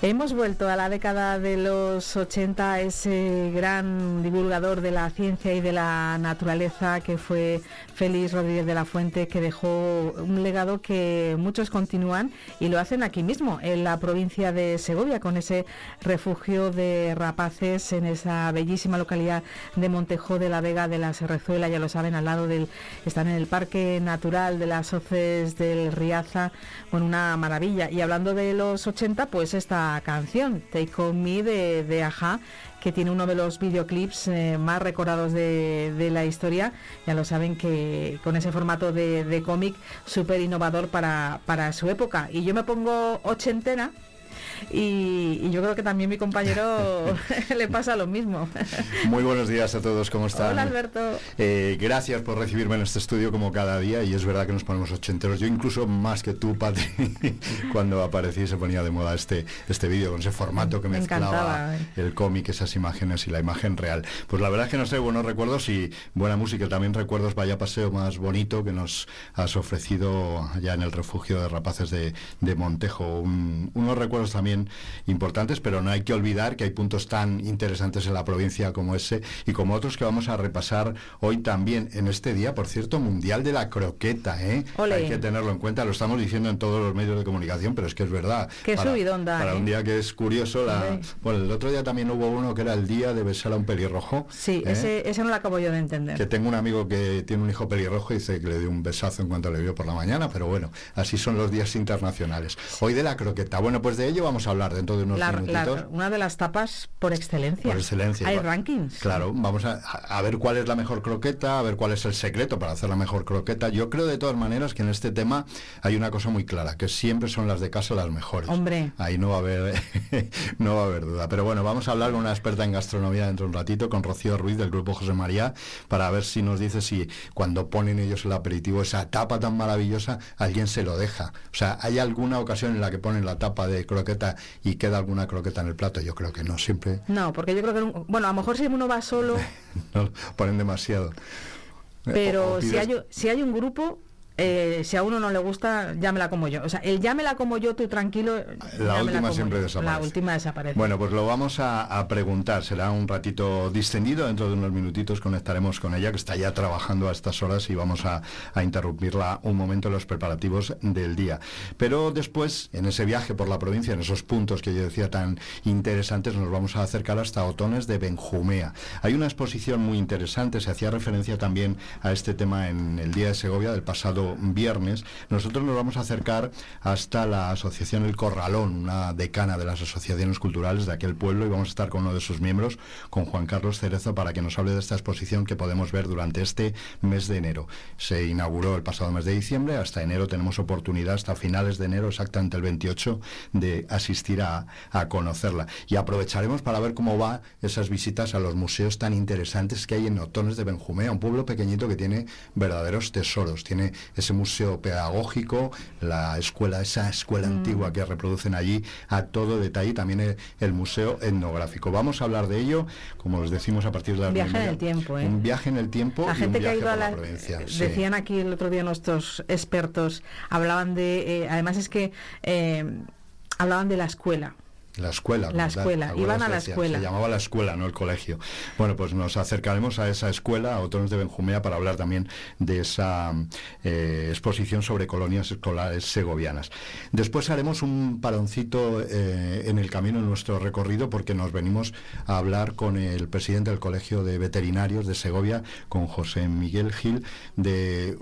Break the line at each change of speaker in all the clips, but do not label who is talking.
Hemos vuelto a la década de los 80, ese gran divulgador de la ciencia y de la naturaleza que fue Félix Rodríguez de la Fuente, que dejó un legado que muchos continúan y lo hacen aquí mismo, en la provincia de Segovia, con ese refugio de rapaces en esa bellísima localidad de Montejo de la Vega de la Serrezuela, ya lo saben, al lado están en el Parque Natural de las Hoces del Riaza, bueno, una maravilla. Y hablando de los 80, pues esta canción, Take On Me de A-ha, que tiene uno de los videoclips más recordados de la historia. Ya lo saben, que con ese formato de cómic súper innovador para su época. Y yo me pongo ochentera, y yo creo que también mi compañero le pasa lo mismo.
Muy buenos días a todos, ¿cómo están?
Hola, Alberto.
Gracias por recibirme en este estudio como cada día, y es verdad que nos ponemos ochenteros. Yo incluso más que tú, Patri, cuando aparecí se ponía de moda este vídeo con ese formato que mezclaba el cómic, esas imágenes y la imagen real. Pues la verdad es que no sé, buenos recuerdos y buena música, también recuerdos. Vaya paseo más bonito que nos has ofrecido allá en el refugio de rapaces de Montejo. Unos recuerdos también importantes, pero no hay que olvidar que hay puntos tan interesantes en la provincia como ese y como otros que vamos a repasar hoy también en este día, por cierto, Mundial de la Croqueta, ¿eh? Hay que tenerlo en cuenta, lo estamos diciendo en todos los medios de comunicación, pero es que es verdad.
Qué subidón da,
para un día que es curioso. Bueno, el otro día también hubo uno que era el día de besar a un pelirrojo.
Sí, ese no lo acabo yo de entender.
Que tengo un amigo que tiene un hijo pelirrojo y dice que le dio un besazo en cuanto le vio por la mañana, pero bueno, así son los días internacionales. Hoy de la croqueta. Bueno, pues de ello vamos a hablar dentro de unos minutitos.
Una de las tapas por excelencia.
Por excelencia.
Hay rankings.
Claro, vamos a ver cuál es la mejor croqueta, a ver cuál es el secreto para hacer la mejor croqueta. Yo creo de todas maneras que en este tema hay una cosa muy clara, que siempre son las de casa las mejores.
Hombre.
Ahí no va a haber duda. Pero bueno, vamos a hablar con una experta en gastronomía dentro de un ratito, con Rocío Ruiz del Grupo José María, para ver si nos dice si cuando ponen ellos el aperitivo, esa tapa tan maravillosa, alguien se lo deja. O sea, ¿hay alguna ocasión en la que ponen la tapa de croqueta y queda alguna croqueta en el plato? Yo creo que no, siempre.
No, porque yo creo que, bueno, a lo mejor si uno va solo
no ponen demasiado.
Pero si hay un grupo, si a uno no le gusta, ya me la como yo. O sea, el ya me la como yo, tú tranquilo.
La última siempre desaparece.
La última desaparece.
Bueno, pues lo vamos a preguntar. Será un ratito distendido. Dentro de unos minutitos conectaremos con ella, que está ya trabajando a estas horas, y vamos a interrumpirla un momento en los preparativos del día. Pero después, en ese viaje por la provincia, en esos puntos que yo decía tan interesantes, nos vamos a acercar hasta Otones de Benjumea. Hay una exposición muy interesante. Se hacía referencia también a este tema en el Día de Segovia del pasado viernes. Nosotros nos vamos a acercar hasta la asociación El Corralón, una decana de las asociaciones culturales de aquel pueblo, y vamos a estar con uno de sus miembros, con Juan Carlos Cerezo, para que nos hable de esta exposición que podemos ver durante este mes de enero. Se inauguró el pasado mes de diciembre, hasta enero tenemos oportunidad, hasta finales de enero, exactamente el 28, de asistir a conocerla. Y aprovecharemos para ver cómo va esas visitas a los museos tan interesantes que hay en Otones de Benjumea, un pueblo pequeñito que tiene verdaderos tesoros. Tiene ese museo pedagógico, esa escuela antigua que reproducen allí a todo detalle, también el museo etnográfico. Vamos a hablar de ello, como os decimos, a partir de las 9:30.
Viaje en el tiempo,
Un viaje en el tiempo.
La gente que ha ido a la
provincia.
Decían aquí el otro día nuestros expertos, hablaban de, además es que hablaban de la escuela.
La escuela.
Iban a la escuela.
Se llamaba la escuela, no el colegio. Bueno, pues nos acercaremos a esa escuela, a Otones de Benjumea, para hablar también de esa exposición sobre colonias escolares segovianas. Después haremos un paroncito en el camino, en nuestro recorrido, porque nos venimos a hablar con el presidente del Colegio de Veterinarios de Segovia, con José Miguel Gil, de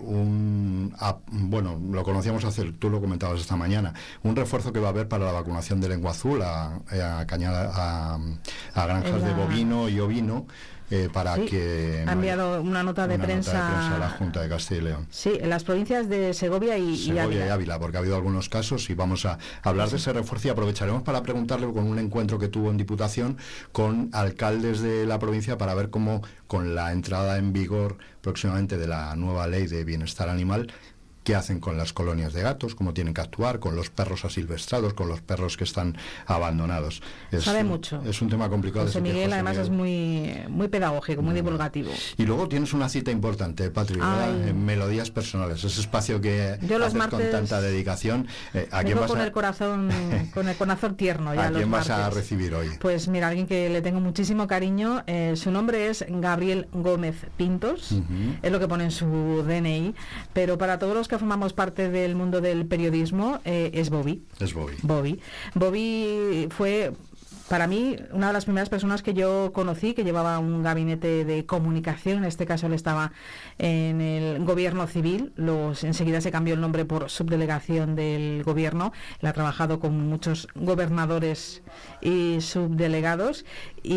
bueno, lo conocíamos tú lo comentabas esta mañana, un refuerzo que va a haber para la vacunación de lengua azul a granjas de bovino y ovino, para que...
Ha enviado una nota de prensa
a la Junta de Castilla y León.
Sí, en las provincias de Segovia y
Ávila, porque ha habido algunos casos, y vamos a hablar de ese refuerzo, y aprovecharemos para preguntarle con un encuentro que tuvo en Diputación con alcaldes de la provincia, para ver cómo, con la entrada en vigor próximamente de la nueva ley de bienestar animal, qué hacen con las colonias de gatos, cómo tienen que actuar, con los perros asilvestrados, con los perros que están abandonados.
Sabe mucho.
Es un tema complicado.
José Miguel, además, es muy pedagógico, muy divulgativo.
Y luego tienes una cita importante, Patri, en Melodías Personales, ese espacio que
yo los
haces
martes,
con tanta dedicación.
¿A quién vas con el corazón tierno? Ya
¿A quién
vas
a recibir hoy?
Pues mira, alguien que le tengo muchísimo cariño, su nombre es Gabriel Gómez Pintos, es lo que pone en su DNI, pero para todos los que formamos parte del mundo del periodismo, es Bobby.
Es Bobby.
Bobby fue, para mí, una de las primeras personas que yo conocí, que llevaba un gabinete de comunicación. En este caso él estaba en el gobierno civil, enseguida se cambió el nombre por subdelegación del gobierno. Él ha trabajado con muchos gobernadores y subdelegados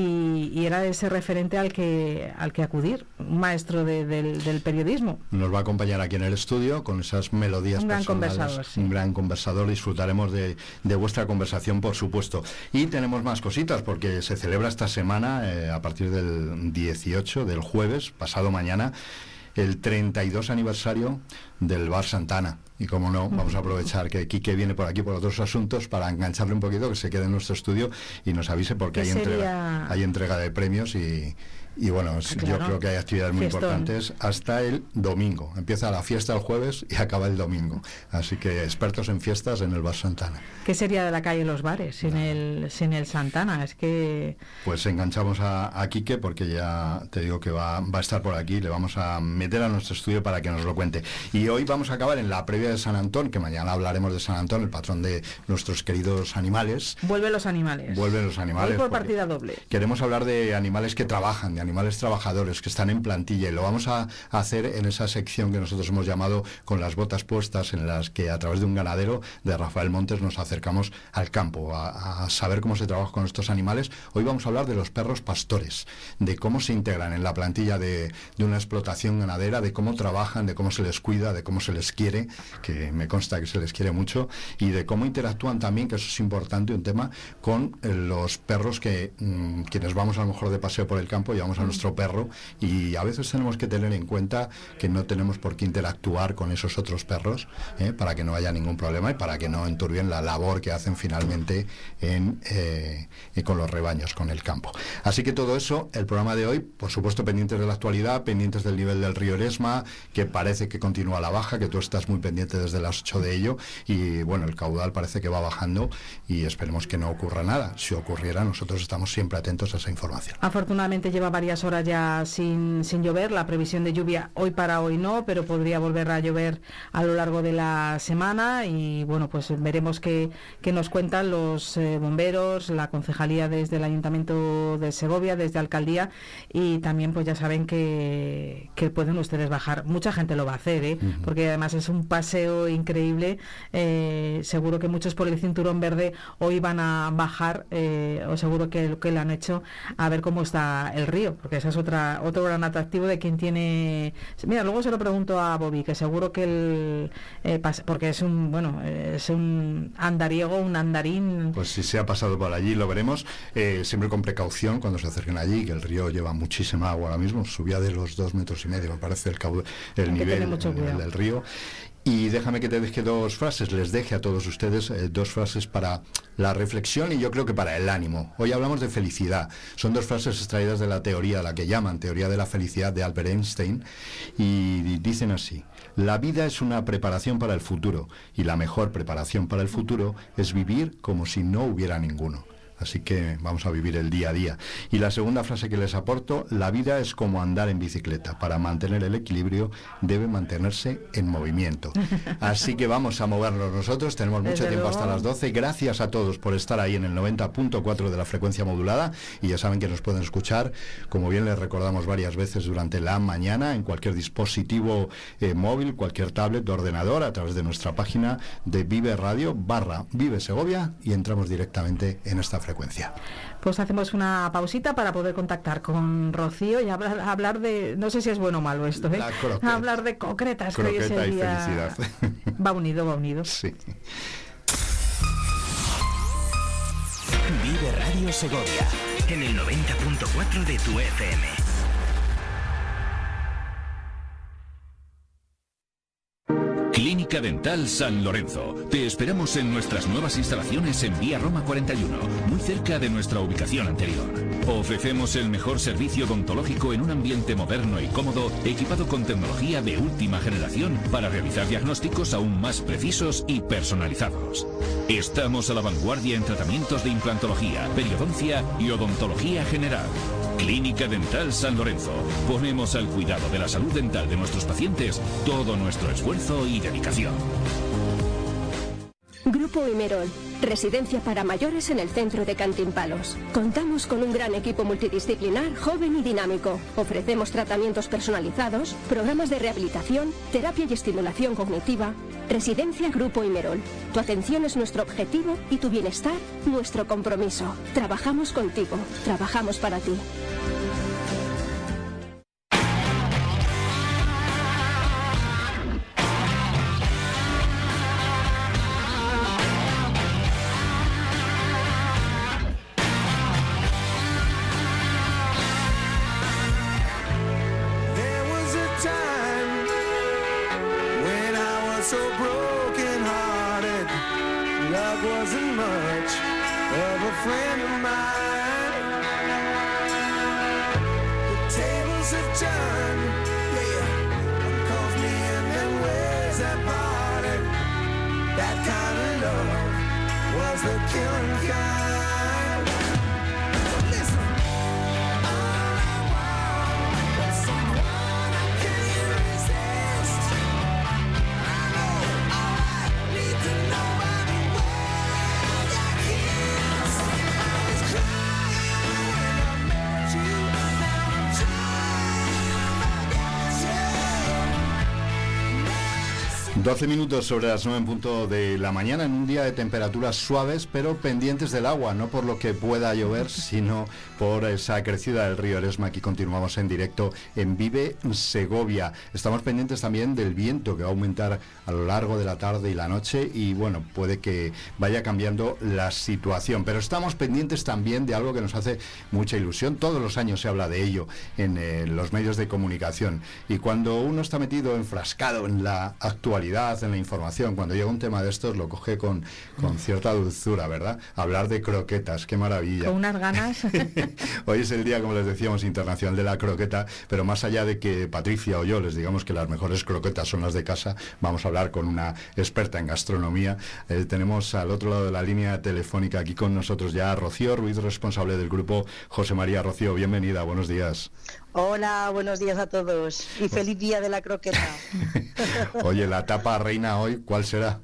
y era ese referente al que acudir, un maestro del periodismo.
Nos va a acompañar aquí en el estudio con esas melodías
un gran
personales.
Conversador, sí.
Un gran conversador, disfrutaremos de vuestra conversación, por supuesto. Y tenemos más cositas porque se celebra esta semana, a partir del 18, del jueves, pasado mañana, el 32 aniversario del Bar Santana. Y como no, vamos a aprovechar que Quique viene por aquí por otros asuntos para engancharle un poquito, que se quede en nuestro estudio y nos avise porque hay entrega de premios y bueno, claro, yo creo que hay actividades muy importantes hasta el domingo. Empieza la fiesta el jueves y acaba el domingo. Así que expertos en fiestas en el Bar Santana.
¿Qué sería de la calle Los Bares sin el Santana? Es que...
Pues enganchamos a Quique porque ya te digo que va a estar por aquí. Le vamos a meter a nuestro estudio para que nos lo cuente. Y hoy vamos a acabar en la previa de San Antón, que mañana hablaremos de San Antón, el patrón de nuestros queridos animales.
Vuelven los animales.
Hoy
por partida doble.
Queremos hablar de animales que trabajan, de animales trabajadores que están en plantilla, y lo vamos a hacer en esa sección que nosotros hemos llamado Con las botas puestas, en las que a través de un ganadero, de Rafael Montes, nos acercamos al campo a saber cómo se trabaja con estos animales. Hoy vamos a hablar de los perros pastores, de cómo se integran en la plantilla de una explotación ganadera, de cómo trabajan, de cómo se les cuida, de cómo se les quiere, que me consta que se les quiere mucho, y de cómo interactúan también, que eso es importante, un tema, con los perros que quienes vamos a lo mejor de paseo por el campo, llevamos a nuestro perro, y a veces tenemos que tener en cuenta que no tenemos por qué interactuar con esos otros perros, para que no haya ningún problema y para que no enturbien la labor que hacen finalmente con los rebaños, con el campo. Así que todo eso, el programa de hoy, por supuesto pendientes de la actualidad, pendientes del nivel del río Eresma, que parece que continúa a la baja, que tú estás muy pendiente desde las 8 de ello, y bueno, el caudal parece que va bajando y esperemos que no ocurra nada. Si ocurriera, nosotros estamos siempre atentos a esa información.
Afortunadamente lleva varias horas ya sin llover. La previsión de lluvia hoy para hoy no, pero podría volver a llover a lo largo de la semana, y bueno, pues veremos qué nos cuentan los bomberos, la concejalía desde el Ayuntamiento de Segovia, desde Alcaldía, y también pues ya saben que pueden ustedes bajar. Mucha gente lo va a hacer, porque además es un paseo increíble. Seguro que muchos por el cinturón verde hoy van a bajar, o seguro que lo han hecho, a ver cómo está el río, porque esa es otro gran atractivo de quien tiene. Mira, luego se lo pregunto a Bobby, que seguro que porque es un andariego, un andarín.
Pues si se ha pasado por allí lo veremos, siempre con precaución cuando se acerquen allí, que el río lleva muchísima agua ahora mismo, subía de los 2,5 metros, me parece el nivel del río. Y déjame que te deje les deje a todos ustedes dos frases para la reflexión y yo creo que para el ánimo. Hoy hablamos de felicidad. Son dos frases extraídas de la teoría, la que llaman teoría de la felicidad de Albert Einstein, y dicen así: la vida es una preparación para el futuro, y la mejor preparación para el futuro es vivir como si no hubiera ninguno. Así que vamos a vivir el día a día. Y la segunda frase que les aporto: la vida es como andar en bicicleta. Para mantener el equilibrio debe mantenerse en movimiento. Así que vamos a movernos nosotros. Tenemos mucho tiempo hasta las 12. Gracias a todos por estar ahí en el 90.4 de la frecuencia modulada. Y ya saben que nos pueden escuchar, como bien les recordamos varias veces durante la mañana, en cualquier dispositivo móvil, cualquier tablet o ordenador, a través de nuestra página de Vive Radio /Vive Segovia, y entramos directamente en esta frecuencia.
Pues hacemos una pausita para poder contactar con Rocío y hablar de, no sé si es bueno o malo esto, hablar de concretas, que hoy es el día.
Felicidad.
Va unido.
Sí.
Vive Radio Segovia en el 90.4 de tu FM. Clínica
Clínica Dental San Lorenzo. Te esperamos en nuestras nuevas instalaciones en Vía Roma 41, muy cerca de nuestra ubicación anterior. Ofrecemos el mejor servicio odontológico en un ambiente moderno y cómodo, equipado con tecnología de última generación para realizar diagnósticos aún más precisos y personalizados. Estamos a la vanguardia en tratamientos de implantología, periodoncia y odontología general. Clínica Dental San Lorenzo. Ponemos al cuidado de la salud dental de nuestros pacientes todo nuestro esfuerzo y dedicación.
Grupo Imerol, residencia para mayores en el centro de Cantimpalos. Contamos con un gran equipo multidisciplinar, joven y dinámico. Ofrecemos tratamientos personalizados, programas de rehabilitación, terapia y estimulación cognitiva. Residencia Grupo Imerol. Tu atención es nuestro objetivo y tu bienestar, nuestro compromiso. Trabajamos contigo, trabajamos para ti.
...12 sobre las 9 en punto de la mañana, en un día de temperaturas suaves, pero pendientes del agua, no por lo que pueda llover, sino por esa crecida del río Eresma. Aquí continuamos en directo en Vive Segovia. Estamos pendientes también del viento, que va a aumentar a lo largo de la tarde y la noche, y bueno, puede que vaya cambiando la situación. Pero estamos pendientes también de algo que nos hace mucha ilusión. Todos los años se habla de ello en los medios de comunicación, y cuando uno está metido, enfrascado en la actualidad, en la información, cuando llega un tema de estos lo coge con cierta dulzura, ¿verdad? Hablar de croquetas, qué maravilla.
Con unas ganas.
Hoy es el día, como les decíamos, internacional de la croqueta, pero más allá de que Patricia o yo les digamos que las mejores croquetas son las de casa, vamos a hablar con una experta en gastronomía. Tenemos al otro lado de la línea telefónica aquí con nosotros ya a Rocío Ruiz, responsable del grupo José María. Rocío, bienvenida, buenos días.
Hola, buenos días a todos y feliz día de la croqueta.
Oye, la tapa reina hoy, ¿cuál será?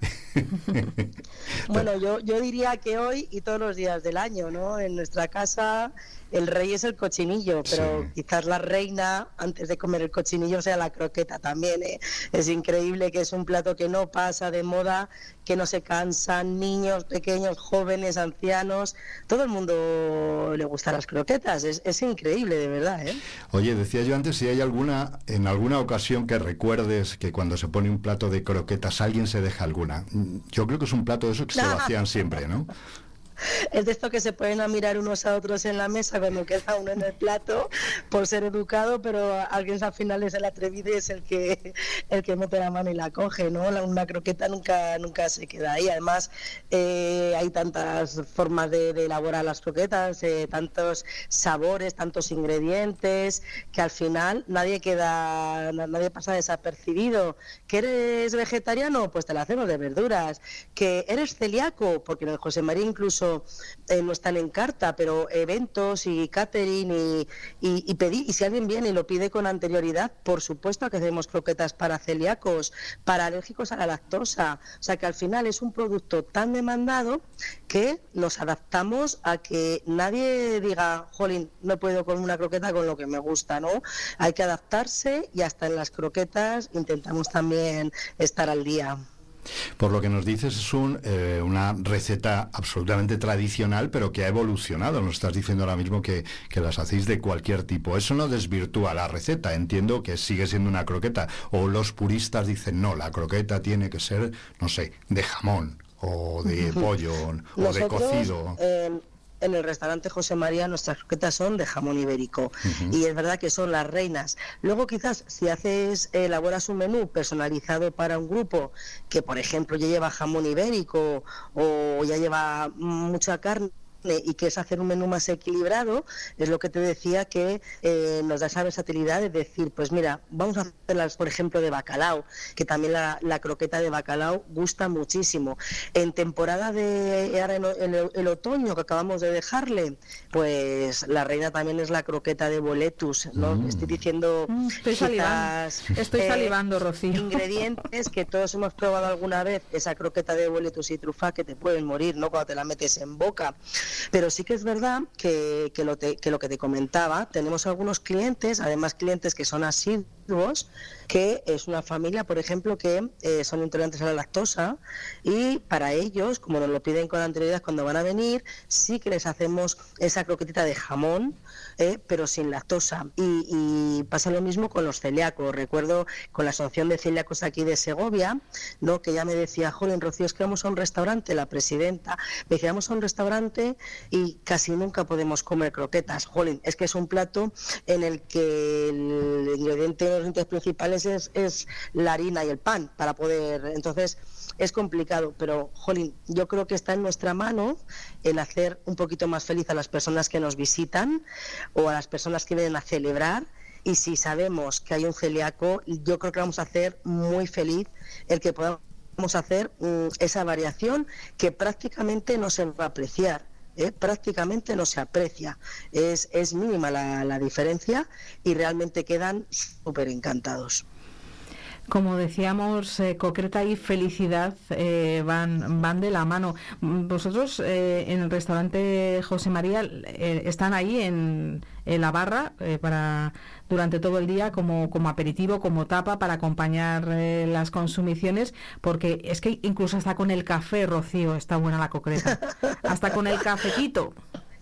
Bueno, yo diría que hoy y todos los días del año, ¿no? En nuestra casa el rey es el cochinillo, pero sí, quizás la reina, antes de comer el cochinillo, sea la croqueta también, ¿eh? Es increíble que es un plato que no pasa de moda, que no se cansan, niños, pequeños, jóvenes, ancianos, todo el mundo le gusta las croquetas, es increíble, de verdad, ¿eh?
Oye, decía yo antes, si hay en alguna ocasión que recuerdes que cuando se pone un plato de croquetas alguien se deja alguna. Yo creo que es un plato de eso que se vacían siempre, ¿no?
Es de esto que se ponen a mirar unos a otros en la mesa cuando queda uno en el plato por ser educado, pero alguien al final es el atrevido y es el que mete la mano y la coge, ¿no? Una croqueta nunca se queda ahí. Además, hay tantas formas de elaborar las croquetas, tantos sabores, tantos ingredientes, que al final nadie pasa desapercibido. ¿Que eres vegetariano? Pues te la hacemos de verduras. ¿Que eres celíaco? Porque en el José María incluso no están en carta, pero eventos y catering y si alguien viene y lo pide con anterioridad, por supuesto que hacemos croquetas para celíacos, para alérgicos a la lactosa. O sea que al final es un producto tan demandado que nos adaptamos a que nadie diga, jolín, no puedo con una croqueta con lo que me gusta, ¿no? Hay que adaptarse y hasta en las croquetas intentamos también estar al día.
Por lo que nos dices, es una receta absolutamente tradicional, pero que ha evolucionado. Nos estás diciendo ahora mismo que las hacéis de cualquier tipo. Eso no desvirtúa la receta. Entiendo que sigue siendo una croqueta. O los puristas dicen, no, la croqueta tiene que ser, no sé, de jamón, o de pollo, o de cocido.
en el restaurante José María nuestras croquetas son de jamón ibérico, y es verdad que son las reinas. Luego quizás si elaboras un menú personalizado para un grupo que por ejemplo ya lleva jamón ibérico o ya lleva mucha carne y que es hacer un menú más equilibrado, es lo que te decía que nos da esa versatilidad de decir, pues mira, vamos a hacerlas por ejemplo de bacalao, que también la croqueta de bacalao gusta muchísimo. En temporada de ahora en el otoño que acabamos de dejarle, pues la reina también es la croqueta de boletus, ¿no? Estoy diciendo
estoy salivando, Rocío.
Ingredientes que todos hemos probado alguna vez, esa croqueta de boletus y trufa que te pueden morir, ¿no? Cuando te la metes en boca. Pero sí que es verdad que lo que te comentaba, tenemos algunos clientes, además clientes que son asiduos, que es una familia, por ejemplo, que son intolerantes a la lactosa, y para ellos, como nos lo piden con anterioridad cuando van a venir, sí que les hacemos esa croquetita de jamón, pero sin lactosa. Y pasa lo mismo con los celíacos. Recuerdo con la asociación de celíacos aquí de Segovia, ¿no? Que ella me decía, jolín, Rocío, es que vamos a un restaurante, la presidenta, me decía, vamos a un restaurante y casi nunca podemos comer croquetas. Jolín, es que es un plato en el que el ingrediente, los ingredientes principales es la harina y el pan para poder, entonces es complicado, pero jolín, yo creo que está en nuestra mano el hacer un poquito más feliz a las personas que nos visitan o a las personas que vienen a celebrar. Y si sabemos que hay un celíaco, yo creo que vamos a hacer muy feliz el que podamos hacer esa variación que prácticamente no se va a apreciar. Prácticamente no se aprecia, es mínima la diferencia y realmente quedan súper encantados.
Como decíamos, concreta y felicidad van de la mano. Vosotros en el restaurante José María están ahí en la barra para durante todo el día como aperitivo, como tapa para acompañar las consumiciones, porque es que incluso hasta con el café, Rocío, está buena la concreta, hasta con el cafetito.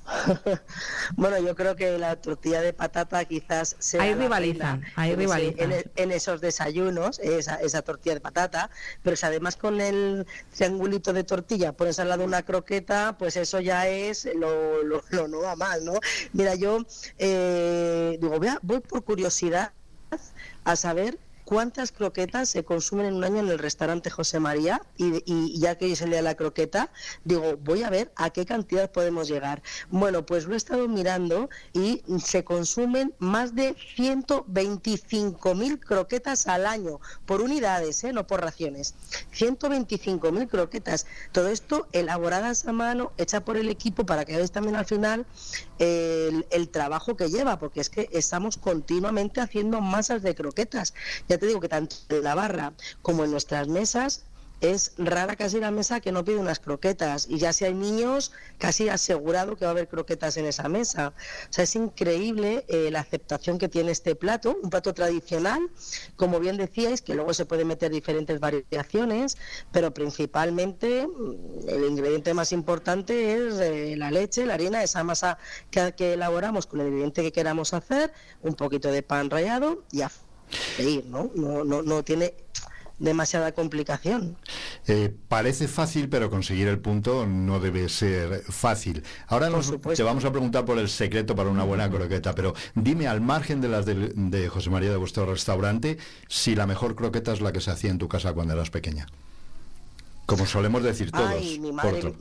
Bueno, yo creo que la tortilla de patata quizás sea
ahí rivalizan
en esos desayunos, esa tortilla de patata, pero si además con el triangulito de tortilla pones al lado una croqueta, pues eso ya es lo no va mal, ¿no? Mira, yo digo, voy por curiosidad a saber cuántas croquetas se consumen en un año en el restaurante José María, y ya que hoy es el día de la croqueta, digo, voy a ver a qué cantidad podemos llegar. Bueno, pues lo he estado mirando y se consumen más de 125.000 croquetas al año, por unidades, no por raciones. 125.000 croquetas, todo esto elaboradas a mano, hecha por el equipo, para que veáis también al final el trabajo que lleva, porque es que estamos continuamente haciendo masas de croquetas. Ya te digo que tanto en la barra como en nuestras mesas es rara casi la mesa que no pide unas croquetas, y ya si hay niños casi asegurado que va a haber croquetas en esa mesa. O sea, es increíble la aceptación que tiene este plato, un plato tradicional, como bien decíais, que luego se pueden meter diferentes variaciones, pero principalmente el ingrediente más importante es la leche, la harina, esa masa que elaboramos con el ingrediente que queramos hacer, un poquito de pan rallado y a freír, ¿no? No tiene demasiada complicación.
Parece fácil, pero conseguir el punto no debe ser fácil. Ahora te vamos a preguntar por el secreto para una buena croqueta, pero dime, al margen de las de José María, de vuestro restaurante, si la mejor croqueta es la que se hacía en tu casa cuando eras pequeña. Como solemos decir todos.
Ay, mi madre.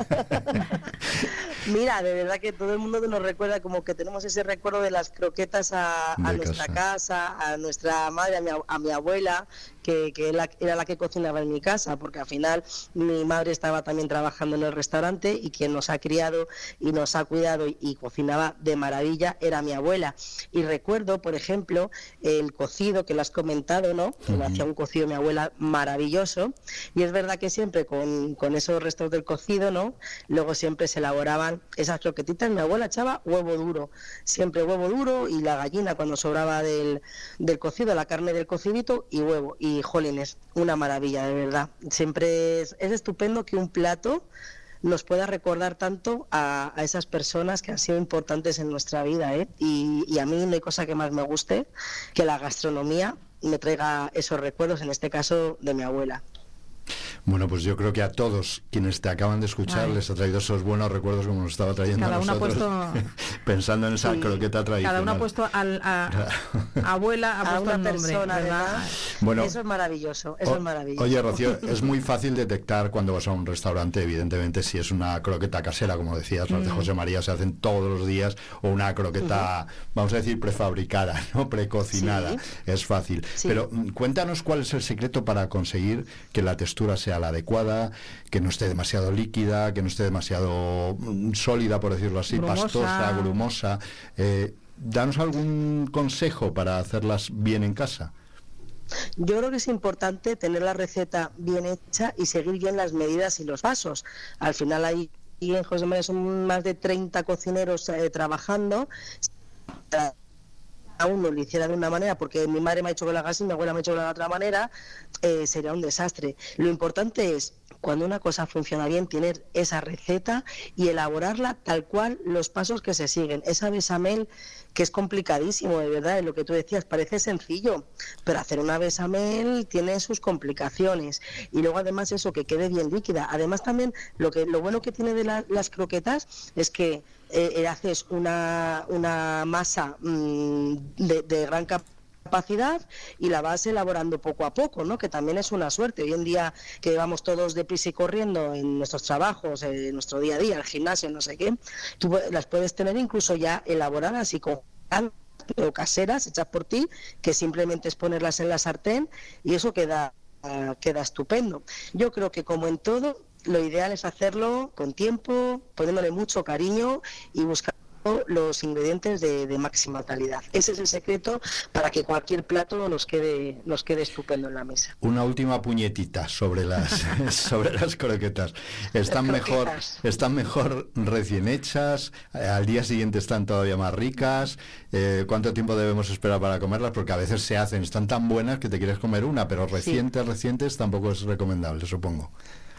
Mira, de verdad que todo el mundo nos recuerda, como que tenemos ese recuerdo de las croquetas a nuestra casa, a nuestra madre, a mi abuela, que era la que cocinaba en mi casa, porque al final mi madre estaba también trabajando en el restaurante, y quien nos ha criado y nos ha cuidado y cocinaba de maravilla era mi abuela. Y recuerdo, por ejemplo, el cocido que lo has comentado, ¿no? Que me hacía un cocido mi abuela maravilloso, y es verdad que siempre con esos restos del cocido, ¿no? Luego siempre se elaboraban esas croquetitas. Mi abuela echaba huevo duro, siempre huevo duro, y la gallina cuando sobraba del cocido, la carne del cocidito y huevo. Y jolines, una maravilla, de verdad. Siempre es estupendo que un plato nos pueda recordar tanto a esas personas que han sido importantes en nuestra vida, y a mí no hay cosa que más me guste que la gastronomía me traiga esos recuerdos, en este caso de mi abuela.
Bueno, pues yo creo que a todos quienes te acaban de escuchar les ha traído esos buenos recuerdos como nos estaba trayendo
cada
a nosotros,
uno
pensando en esa croqueta tradicional.
Cada uno ha puesto a abuela, ha puesto
una
el nombre,
persona,
¿verdad?
Bueno,
eso es maravilloso, eso es maravilloso.
Oye, Rocío, es muy fácil detectar cuando vas a un restaurante, evidentemente, si es una croqueta casera, como decías, las de José María se hacen todos los días, o una croqueta, vamos a decir, prefabricada, ¿no? Precocinada. Sí. Es fácil. Sí. Pero cuéntanos cuál es el secreto para conseguir que la textura sea la adecuada, que no esté demasiado líquida, que no esté demasiado sólida, por decirlo así, grumosa. Pastosa, grumosa. Danos algún consejo para hacerlas bien en casa.
Yo creo que es importante tener la receta bien hecha y seguir bien las medidas y los pasos. Al final ahí en José María son más de 30 cocineros trabajando. A uno lo hiciera de una manera, porque mi madre me ha hecho que lo haga así, mi abuela me ha hecho que lo haga de otra manera, sería un desastre. Lo importante es, cuando una cosa funciona bien, tener esa receta y elaborarla tal cual los pasos que se siguen. Esa bechamel, que es complicadísimo, de verdad, lo que tú decías, parece sencillo, pero hacer una bechamel tiene sus complicaciones. Y luego además eso, que quede bien líquida. Además también, lo bueno que tiene de las croquetas es que haces una masa de gran capacidad y la vas elaborando poco a poco, ¿no? Que también es una suerte. Hoy en día que vamos todos deprisa y corriendo en nuestros trabajos, en nuestro día a día, el gimnasio, no sé qué, tú las puedes tener incluso ya elaboradas y con o caseras hechas por ti, que simplemente es ponerlas en la sartén y eso queda estupendo. Yo creo que, como en todo, lo ideal es hacerlo con tiempo, poniéndole mucho cariño y buscar los ingredientes de máxima calidad. Ese es el secreto para que cualquier plato nos quede estupendo en la mesa.
Una última puñetita sobre las croquetas. Están mejor recién hechas, al día siguiente están todavía más ricas. ¿Cuánto tiempo debemos esperar para comerlas? Porque a veces están tan buenas que te quieres comer una, pero recientes tampoco es recomendable, supongo.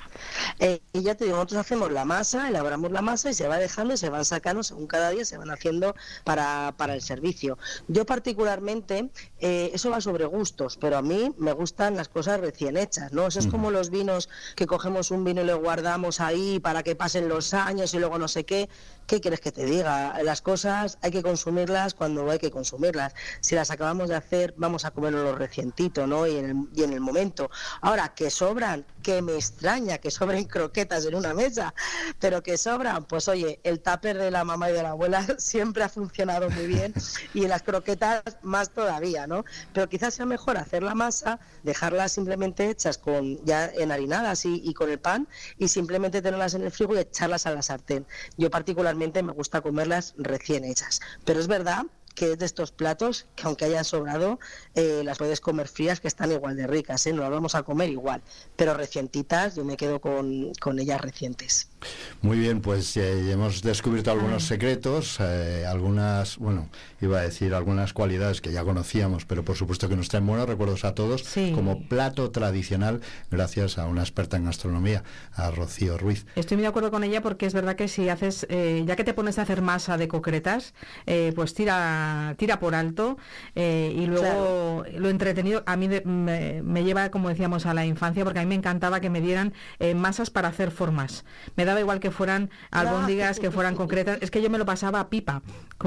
Y ya te digo, nosotros hacemos la masa, elaboramos la masa y se va dejando y se van sacando según cada día se van haciendo para el servicio. Yo particularmente, eso va sobre gustos, pero a mí me gustan las cosas recién hechas, ¿no? Eso es como los vinos, que cogemos un vino y lo guardamos ahí para que pasen los años y luego no sé qué. ¿Qué quieres que te diga? Las cosas hay que consumirlas cuando hay que consumirlas. Si las acabamos de hacer, vamos a comerlo lo recientito, ¿no? Y en el momento. Ahora, que sobran, que me extraña que sobren croquetas en una mesa, pero que sobran, pues oye, el tupper de la mamá y de la abuela siempre ha funcionado muy bien y las croquetas más todavía, ¿no? Pero quizás sea mejor hacer la masa, dejarlas simplemente hechas ya enharinadas y con el pan, y simplemente tenerlas en el frigo y echarlas a la sartén. Yo particularmente me gusta comerlas recién hechas, pero es verdad que es de estos platos que, aunque hayan sobrado, las puedes comer frías, que están igual de ricas, no las vamos a comer igual, pero recientitas, yo me quedo con ellas recientes.
Muy bien, pues hemos descubierto algunos secretos, algunas cualidades que ya conocíamos, pero por supuesto que nos traen buenos recuerdos a todos, como plato tradicional, gracias a una experta en gastronomía, a Rocío Ruiz.
Estoy muy de acuerdo con ella, porque es verdad que si haces, ya que te pones a hacer masa de concretas, pues tira por alto, y luego lo entretenido a mí me lleva, como decíamos, a la infancia, porque a mí me encantaba que me dieran masas para hacer formas. Me daba igual que fueran albóndigas, que fueran concretas, es que yo me lo pasaba a pipa,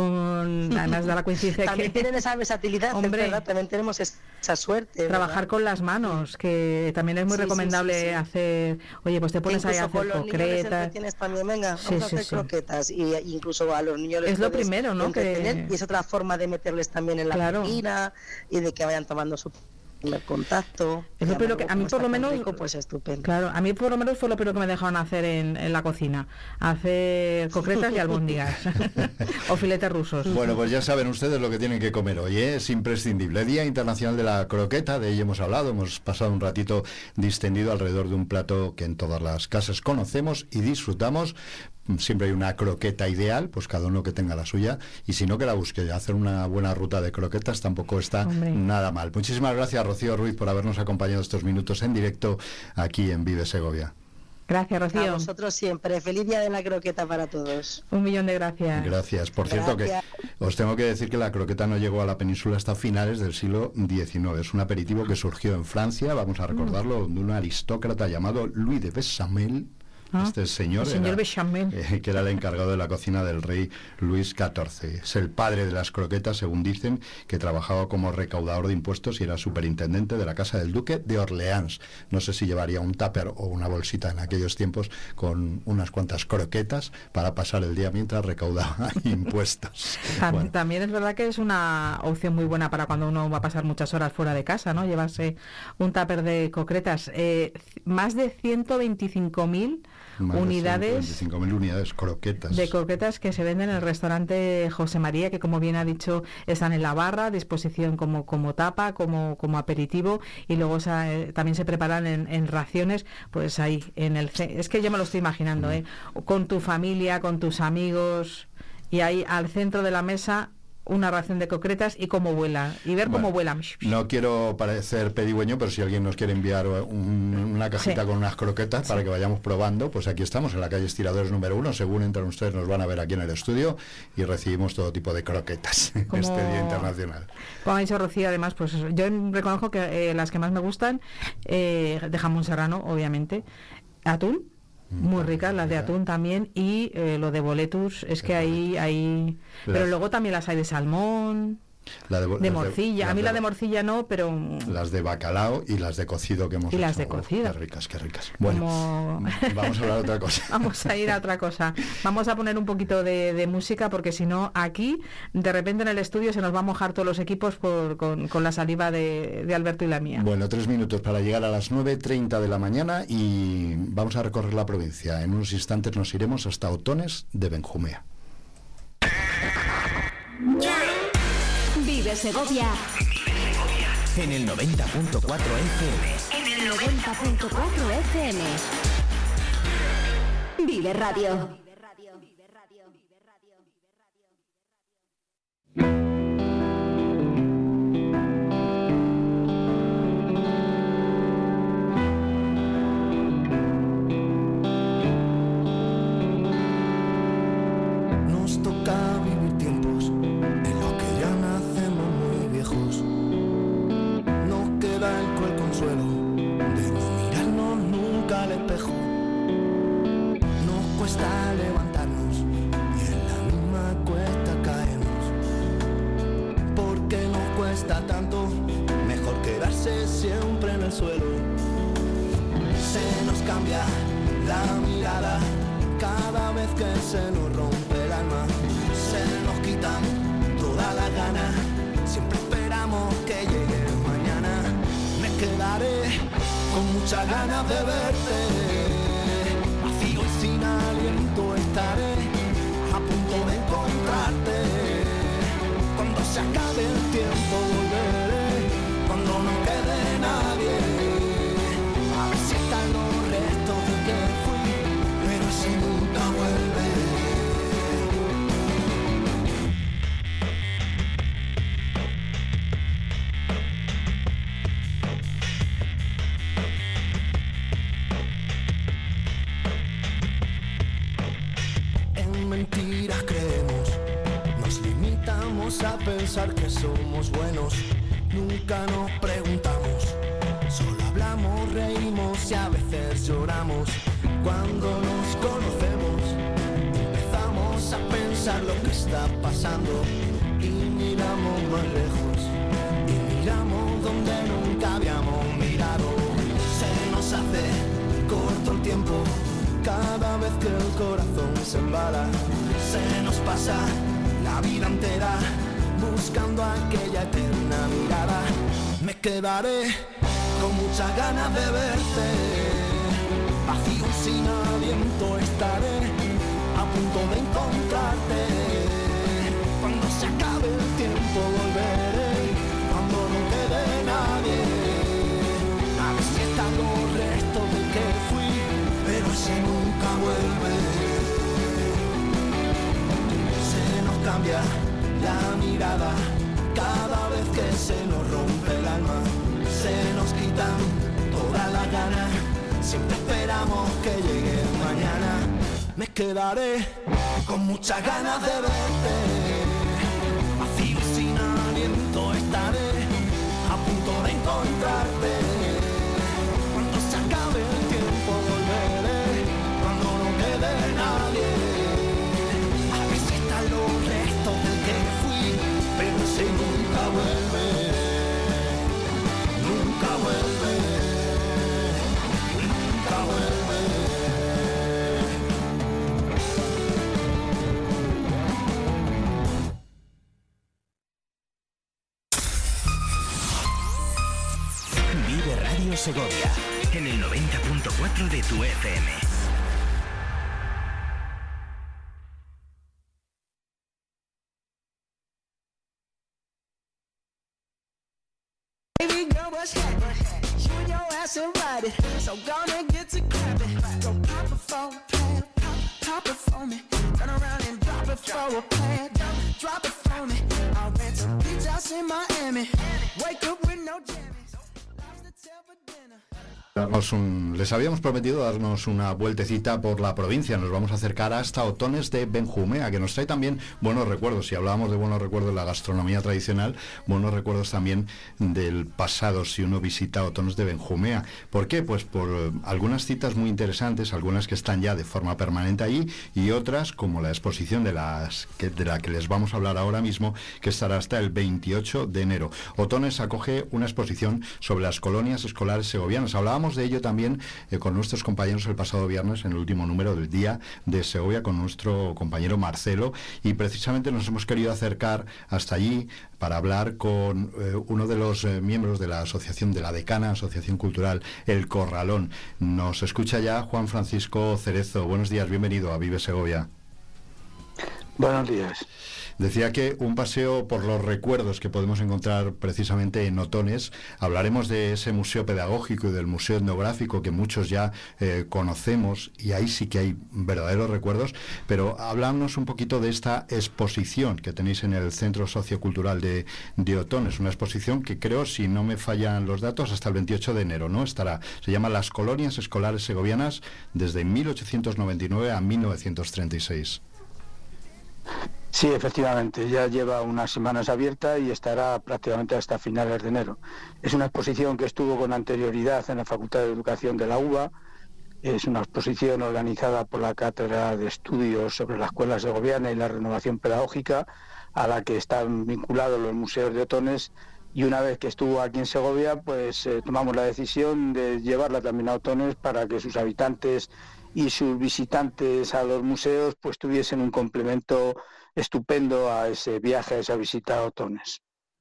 además de la coincidencia
también
que
tienen esa versatilidad,
hombre,
¿verdad? También tenemos esa suerte,
trabajar, ¿verdad? Con las manos, que también es muy recomendable hacer, oye, pues te pones ahí a hacer concretas.
Tienes también, venga, vamos a hacer croquetas, y incluso a los niños
es lo primero, ¿no?
Y es otra forma de meterles también en la cocina y de que vayan tomando su contacto.
Es lo primero que a mí por lo menos
rico, pues estupendo.
Claro, a mí por lo menos fue lo primero que me dejaron hacer en la cocina, hacer concretas y albóndigas o filetes rusos.
Bueno, pues ya saben ustedes lo que tienen que comer hoy, es imprescindible. Día Internacional de la Croqueta, de ello hemos hablado, hemos pasado un ratito distendido alrededor de un plato que en todas las casas conocemos y disfrutamos. Siempre hay una croqueta ideal, pues cada uno que tenga la suya, y si no, que la busque. Hacer una buena ruta de croquetas tampoco está nada mal. Muchísimas gracias, Rocío Ruiz, por habernos acompañado estos minutos en directo aquí en Vive Segovia.
Gracias, Rocío.
A vosotros siempre. Feliz día de la croqueta para todos.
1.000.000 de gracias.
Gracias. Por cierto, que os tengo que decir que la croqueta no llegó a la península hasta finales del siglo XIX. Es un aperitivo que surgió en Francia, vamos a recordarlo, de un aristócrata llamado Louis de Bechamel. Este señor, que era el encargado de la cocina del rey Luis XIV. Es el padre de las croquetas, según dicen, que trabajaba como recaudador de impuestos y era superintendente de la casa del duque de Orleans. No sé si llevaría un tupper o una bolsita en aquellos tiempos con unas cuantas croquetas para pasar el día mientras recaudaba impuestos.
Bueno. También es verdad que es una opción muy buena para cuando uno va a pasar muchas horas fuera de casa, ¿no? Llevarse un tupper de croquetas. Más de 125.000 unidades,
125.000 unidades
de croquetas que se venden en el restaurante José María, que como bien ha dicho están en la barra a disposición como tapa, como aperitivo, y luego también se preparan en raciones, pues ahí es que yo me lo estoy imaginando, con tu familia, con tus amigos, y ahí al centro de la mesa una ración de croquetas y cómo vuela, y ver cómo vuelan.
No quiero parecer pedigüeño, pero si alguien nos quiere enviar una cajita con unas croquetas para que vayamos probando, pues aquí estamos en la calle Estiradores número 1, según entran ustedes nos van a ver aquí en el estudio y recibimos todo tipo de croquetas este Día Internacional.
Como ha dicho Rocío, además, pues yo reconozco que las que más me gustan, de jamón serrano, obviamente, atún, muy ricas, las de atún también, y lo de boletus, es que hay pero luego también las hay de salmón, de morcilla. A mí la de morcilla no, pero
las de bacalao y las de cocido que hemos hecho.
Y las de cocido.
Qué ricas. Bueno, vamos a hablar de otra cosa.
Vamos a ir a otra cosa. Vamos a poner un poquito de música, porque si no, aquí, de repente en el estudio se nos va a mojar todos los equipos con la saliva de Alberto y la mía.
Bueno, 3 minutos para llegar a las 9:30 de la mañana y vamos a recorrer la provincia. En unos instantes nos iremos hasta Otones de Benjumea.
Vive Segovia.
En el 90.4 FM.
En el 90.4 FM. Vive Radio.
Nos toca vivir tiempos en los que ya nacemos muy viejos. Nos queda el cruel consuelo de no mirarnos nunca al espejo. Nos cuesta levantarnos y en la misma cuesta caemos. Porque nos cuesta tanto, mejor quedarse siempre en el suelo. Se nos cambia la mirada cada vez que se nos rompe el alma. Se nos quitan todas las ganas, siempre esperamos que llegue el mañana. Me quedaré con muchas ganas de verte, vacío y sin aliento estaré, a punto de encontrarte. Cuando se acabe el tiempo volveré, cuando no quede nadie, a ver si están los restos de que fui, pero si nunca vuelve. En mentiras creemos, nos limitamos a pensar que somos buenos, nunca nos preguntamos, solo hablamos, reímos y a veces lloramos. Cuando nos conocemos, empezamos a pensar lo que está pasando y miramos más lejos y miramos donde nunca habíamos mirado. Se nos hace corto el tiempo cada vez que el corazón se embala. Se nos pasa la vida entera buscando aquella eterna mirada. Me quedaré con muchas ganas de verte, vacío y sin aliento estaré, a punto de encontrarte. Cuando se acabe el tiempo volveré, cuando no quede nadie, a ver si están los restos de que fui, pero ese nunca vuelve. Se nos cambia la mirada cada vez que se nos rompe el alma. Se nos quitan todas las ganas, siempre esperamos que llegue el mañana. Me quedaré con muchas ganas de verte, vacío y sin aliento estaré, a punto de encontrarte. Cuando se acabe el tiempo volveré, cuando no quede nadie. A veces están los restos del que fui, pero ese nunca vuelve, nunca vuelve, nunca vuelve.
Vive Radio Segovia en el 90.4 de tu FM.
Baby girl, what's happening? You and your ass invited, so gonna get to clapping. Go pop it for a plan, pop it for me. Turn around and drop it for a plan, drop it for me. I'll rent a beach house in Miami. Wake up with no jammies. Lobster tail for dinner.
Les habíamos prometido darnos una vueltecita por la provincia. Nos vamos a acercar hasta Otones de Benjumea, que nos trae también buenos recuerdos. Si hablábamos de buenos recuerdos de la gastronomía tradicional, buenos recuerdos también del pasado si uno visita Otones de Benjumea. ¿Por qué? Pues por algunas citas muy interesantes, algunas que están ya de forma permanente allí y otras como la exposición de la que les vamos a hablar ahora mismo, que estará hasta el 28 de enero. Otones acoge una exposición sobre las colonias escolares segovianas. Hablábamos de ello también con nuestros compañeros el pasado viernes en el último número del Día de Segovia con nuestro compañero Marcelo, y precisamente nos hemos querido acercar hasta allí para hablar con uno de los miembros de la asociación, de la decana Asociación Cultural El Corralón. Nos escucha ya Juan Francisco Cerezo. Buenos días, bienvenido a Vive Segovia.
Buenos días.
Decía que un paseo por los recuerdos que podemos encontrar precisamente en Otones. Hablaremos de ese museo pedagógico y del museo etnográfico que muchos ya conocemos, y ahí sí que hay verdaderos recuerdos, pero háblanos un poquito de esta exposición que tenéis en el Centro Sociocultural de Otones, una exposición que creo, si no me fallan los datos, hasta el 28 de enero, ¿no? Estará. Se llama Las colonias escolares segovianas desde 1899 a 1936.
Sí, efectivamente, ya lleva unas semanas abierta y estará prácticamente hasta finales de enero. Es una exposición que estuvo con anterioridad en la Facultad de Educación de la UBA. Es una exposición organizada por la Cátedra de Estudios sobre la Escuela Segoviana y la Renovación Pedagógica, a la que están vinculados los museos de Otones, y una vez que estuvo aquí en Segovia, pues tomamos la decisión de llevarla también a Otones para que sus habitantes y sus visitantes a los museos pues tuviesen un complemento estupendo a ese viaje, a esa visita a Otones.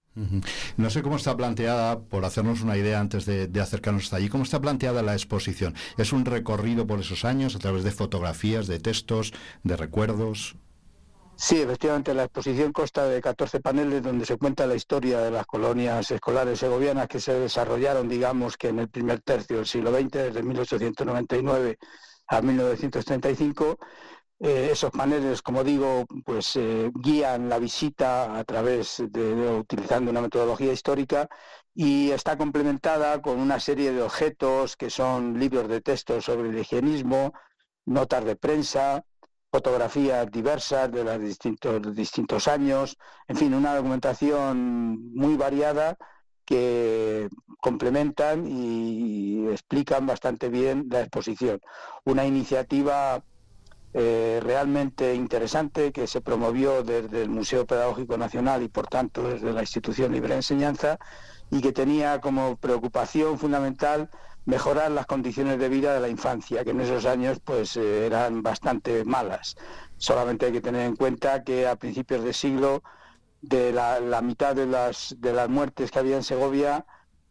No sé cómo está planteada, por hacernos una idea antes de acercarnos hasta allí, cómo está planteada la exposición. ¿Es un recorrido por esos años a través de fotografías, de textos, de recuerdos?
Sí, efectivamente, la exposición consta de 14 paneles donde se cuenta la historia de las colonias escolares segovianas que se desarrollaron, digamos, que en el primer tercio del siglo XX, desde 1899 a 1935. Esos paneles, como digo, pues guían la visita a través utilizando una metodología histórica, y está complementada con una serie de objetos que son libros de texto sobre el higienismo, notas de prensa, fotografías diversas de los distintos años, en fin, una documentación muy variada que complementan y explican bastante bien la exposición. Una iniciativa realmente interesante que se promovió desde el Museo Pedagógico Nacional y por tanto desde la Institución Libre de Enseñanza, y que tenía como preocupación fundamental mejorar las condiciones de vida de la infancia, que en esos años pues eran bastante malas. Solamente hay que tener en cuenta que a principios de siglo, de la mitad de las muertes que había en Segovia,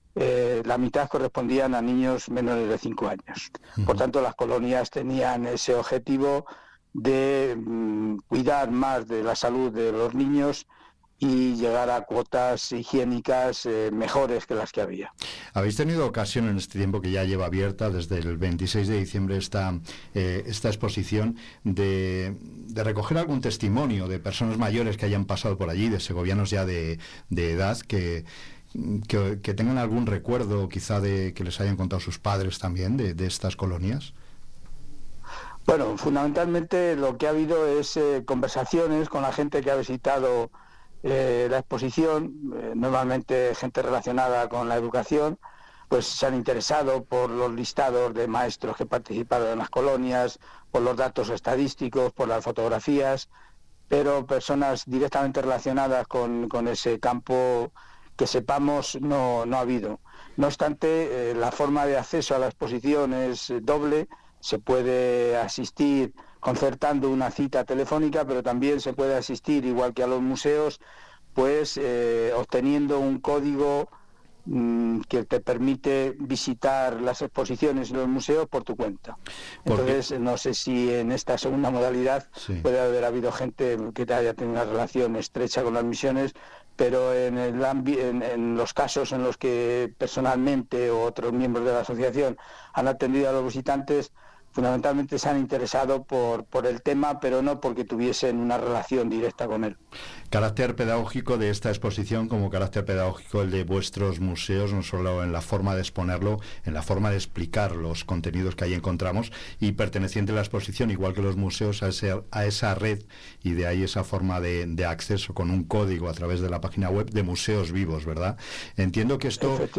la mitad correspondían a niños menores de 5 años. Por tanto, las colonias tenían ese objetivo de cuidar más de la salud de los niños y llegar a cuotas higiénicas mejores que las que había.
¿Habéis tenido ocasión en este tiempo que ya lleva abierta desde el 26 de diciembre esta exposición de recoger algún testimonio de personas mayores que hayan pasado por allí, de segovianos ya de edad, que que tengan algún recuerdo quizá de que les hayan contado sus padres también de estas colonias.
Bueno, fundamentalmente lo que ha habido es conversaciones con la gente que ha visitado la exposición, normalmente gente relacionada con la educación, pues se han interesado por los listados de maestros que participaron en las colonias, por los datos estadísticos, por las fotografías, pero personas directamente relacionadas con ese campo que sepamos no ha habido. No obstante, la forma de acceso a la exposición es doble. Se puede asistir concertando una cita telefónica, pero también se puede asistir, igual que a los museos, pues obteniendo un código que te permite visitar las exposiciones y los museos por tu cuenta. Entonces, no sé si en esta segunda modalidad puede haber habido gente que haya tenido una relación estrecha con las misiones, pero en los casos en los que personalmente o otros miembros de la asociación han atendido a los visitantes, fundamentalmente se han interesado por el tema, pero no porque tuviesen una relación directa con él.
Carácter pedagógico de esta exposición como carácter pedagógico el de vuestros museos, no solo en la forma de exponerlo, en la forma de explicar los contenidos que ahí encontramos, y perteneciente a la exposición, igual que los museos, a esa red, y de ahí esa forma de acceso con un código a través de la página web de Museos Vivos, ¿verdad? Entiendo que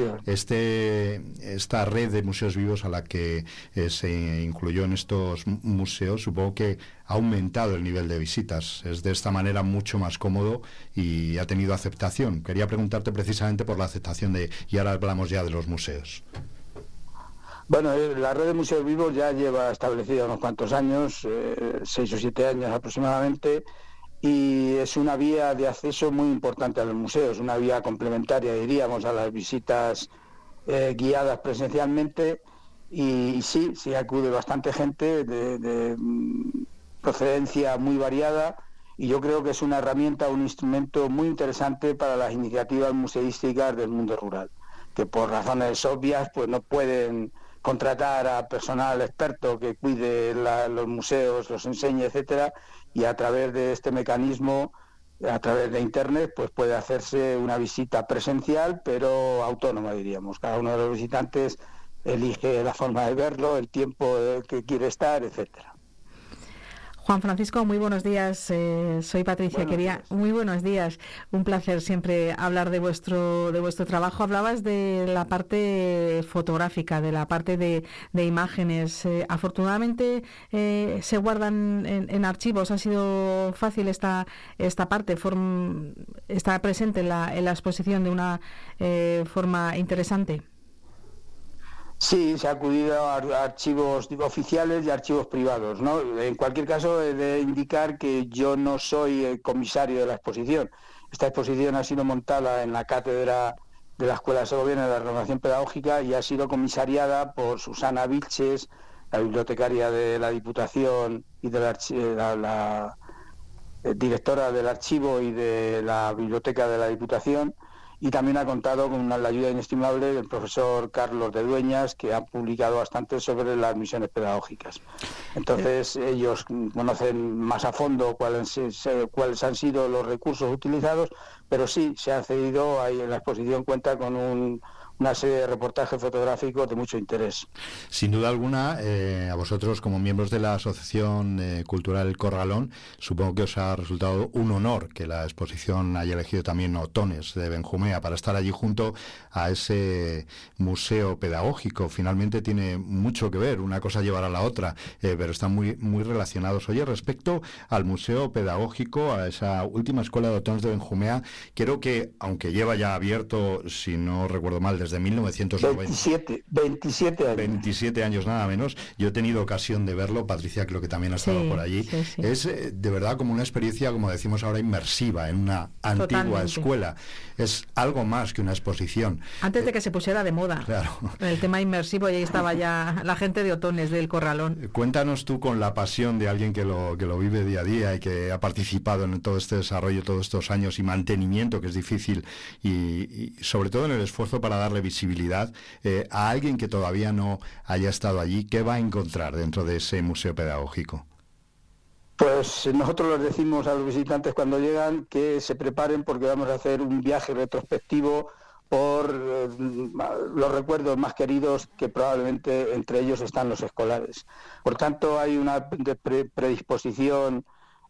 esta red de museos vivos a la que se incluyó en estos museos, supongo que ha aumentado el nivel de visitas. Es de esta manera mucho más cómodo y ha tenido aceptación. Quería preguntarte precisamente por la aceptación y ahora hablamos ya de los museos.
Bueno, la red de museos vivos ya lleva establecida unos cuantos años, 6 o 7 años aproximadamente, y es una vía de acceso muy importante a los museos, una vía complementaria, diríamos, a las visitas guiadas presencialmente. Y sí acude bastante gente de procedencia muy variada, y yo creo que es una herramienta, un instrumento muy interesante para las iniciativas museísticas del mundo rural, que por razones obvias pues no pueden contratar a personal experto que cuide los museos, los enseñe, etcétera, y a través de este mecanismo, a través de internet, pues puede hacerse una visita presencial, pero autónoma, diríamos. Cada uno de los visitantes elige la forma de verlo, el tiempo que quiere estar, etcétera.
Juan Francisco, muy buenos días. Soy Patricia. Muy buenos días. Un placer siempre hablar de vuestro trabajo. Hablabas de la parte fotográfica, de la parte de imágenes. Afortunadamente se guardan en archivos. Ha sido fácil esta parte. Está presente en la exposición de una forma interesante.
Sí, se ha acudido a archivos oficiales y archivos privados, ¿no? En cualquier caso, he de indicar que yo no soy el comisario de la exposición. Esta exposición ha sido montada en la cátedra de la Escuela Segoviana de la Renovación Pedagógica y ha sido comisariada por Susana Vilches, la bibliotecaria de la Diputación y de la directora del archivo y de la biblioteca de la Diputación. Y también ha contado con la ayuda inestimable del profesor Carlos de Dueñas, que ha publicado bastante sobre las misiones pedagógicas. Entonces, ellos conocen más a fondo cuáles han sido los recursos utilizados, pero sí, se ha accedido, ahí en la exposición cuenta con una serie de reportajes fotográficos de mucho interés.
Sin duda alguna, a vosotros como miembros de la Asociación Cultural El Corralón, supongo que os ha resultado un honor que la exposición haya elegido también Otones de Benjumea para estar allí junto a ese museo pedagógico. Finalmente tiene mucho que ver, una cosa llevará a la otra, pero están muy, muy relacionados. Oye, respecto al museo pedagógico, a esa última escuela de Otones de Benjumea, quiero que, aunque lleva ya abierto, si no recuerdo mal, desde 1990. 27 años nada menos. Yo he tenido ocasión de verlo, Patricia, creo que también ha estado por allí. Sí. Es de verdad como una experiencia, como decimos ahora, inmersiva en una antigua escuela. Es algo más que una exposición.
Antes de que se pusiera de moda.
Claro.
El tema inmersivo, y ahí estaba ya la gente de Otones, del Corralón.
Cuéntanos tú, con la pasión de alguien que lo vive día a día y que ha participado en todo este desarrollo todos estos años y mantenimiento, que es difícil, y sobre todo en el esfuerzo para darle visibilidad a alguien que todavía no haya estado allí. ¿Qué va a encontrar dentro de ese museo pedagógico?
Pues nosotros les decimos a los visitantes cuando llegan que se preparen, porque vamos a hacer un viaje retrospectivo por los recuerdos más queridos, que probablemente entre ellos están los escolares. Por tanto, hay una predisposición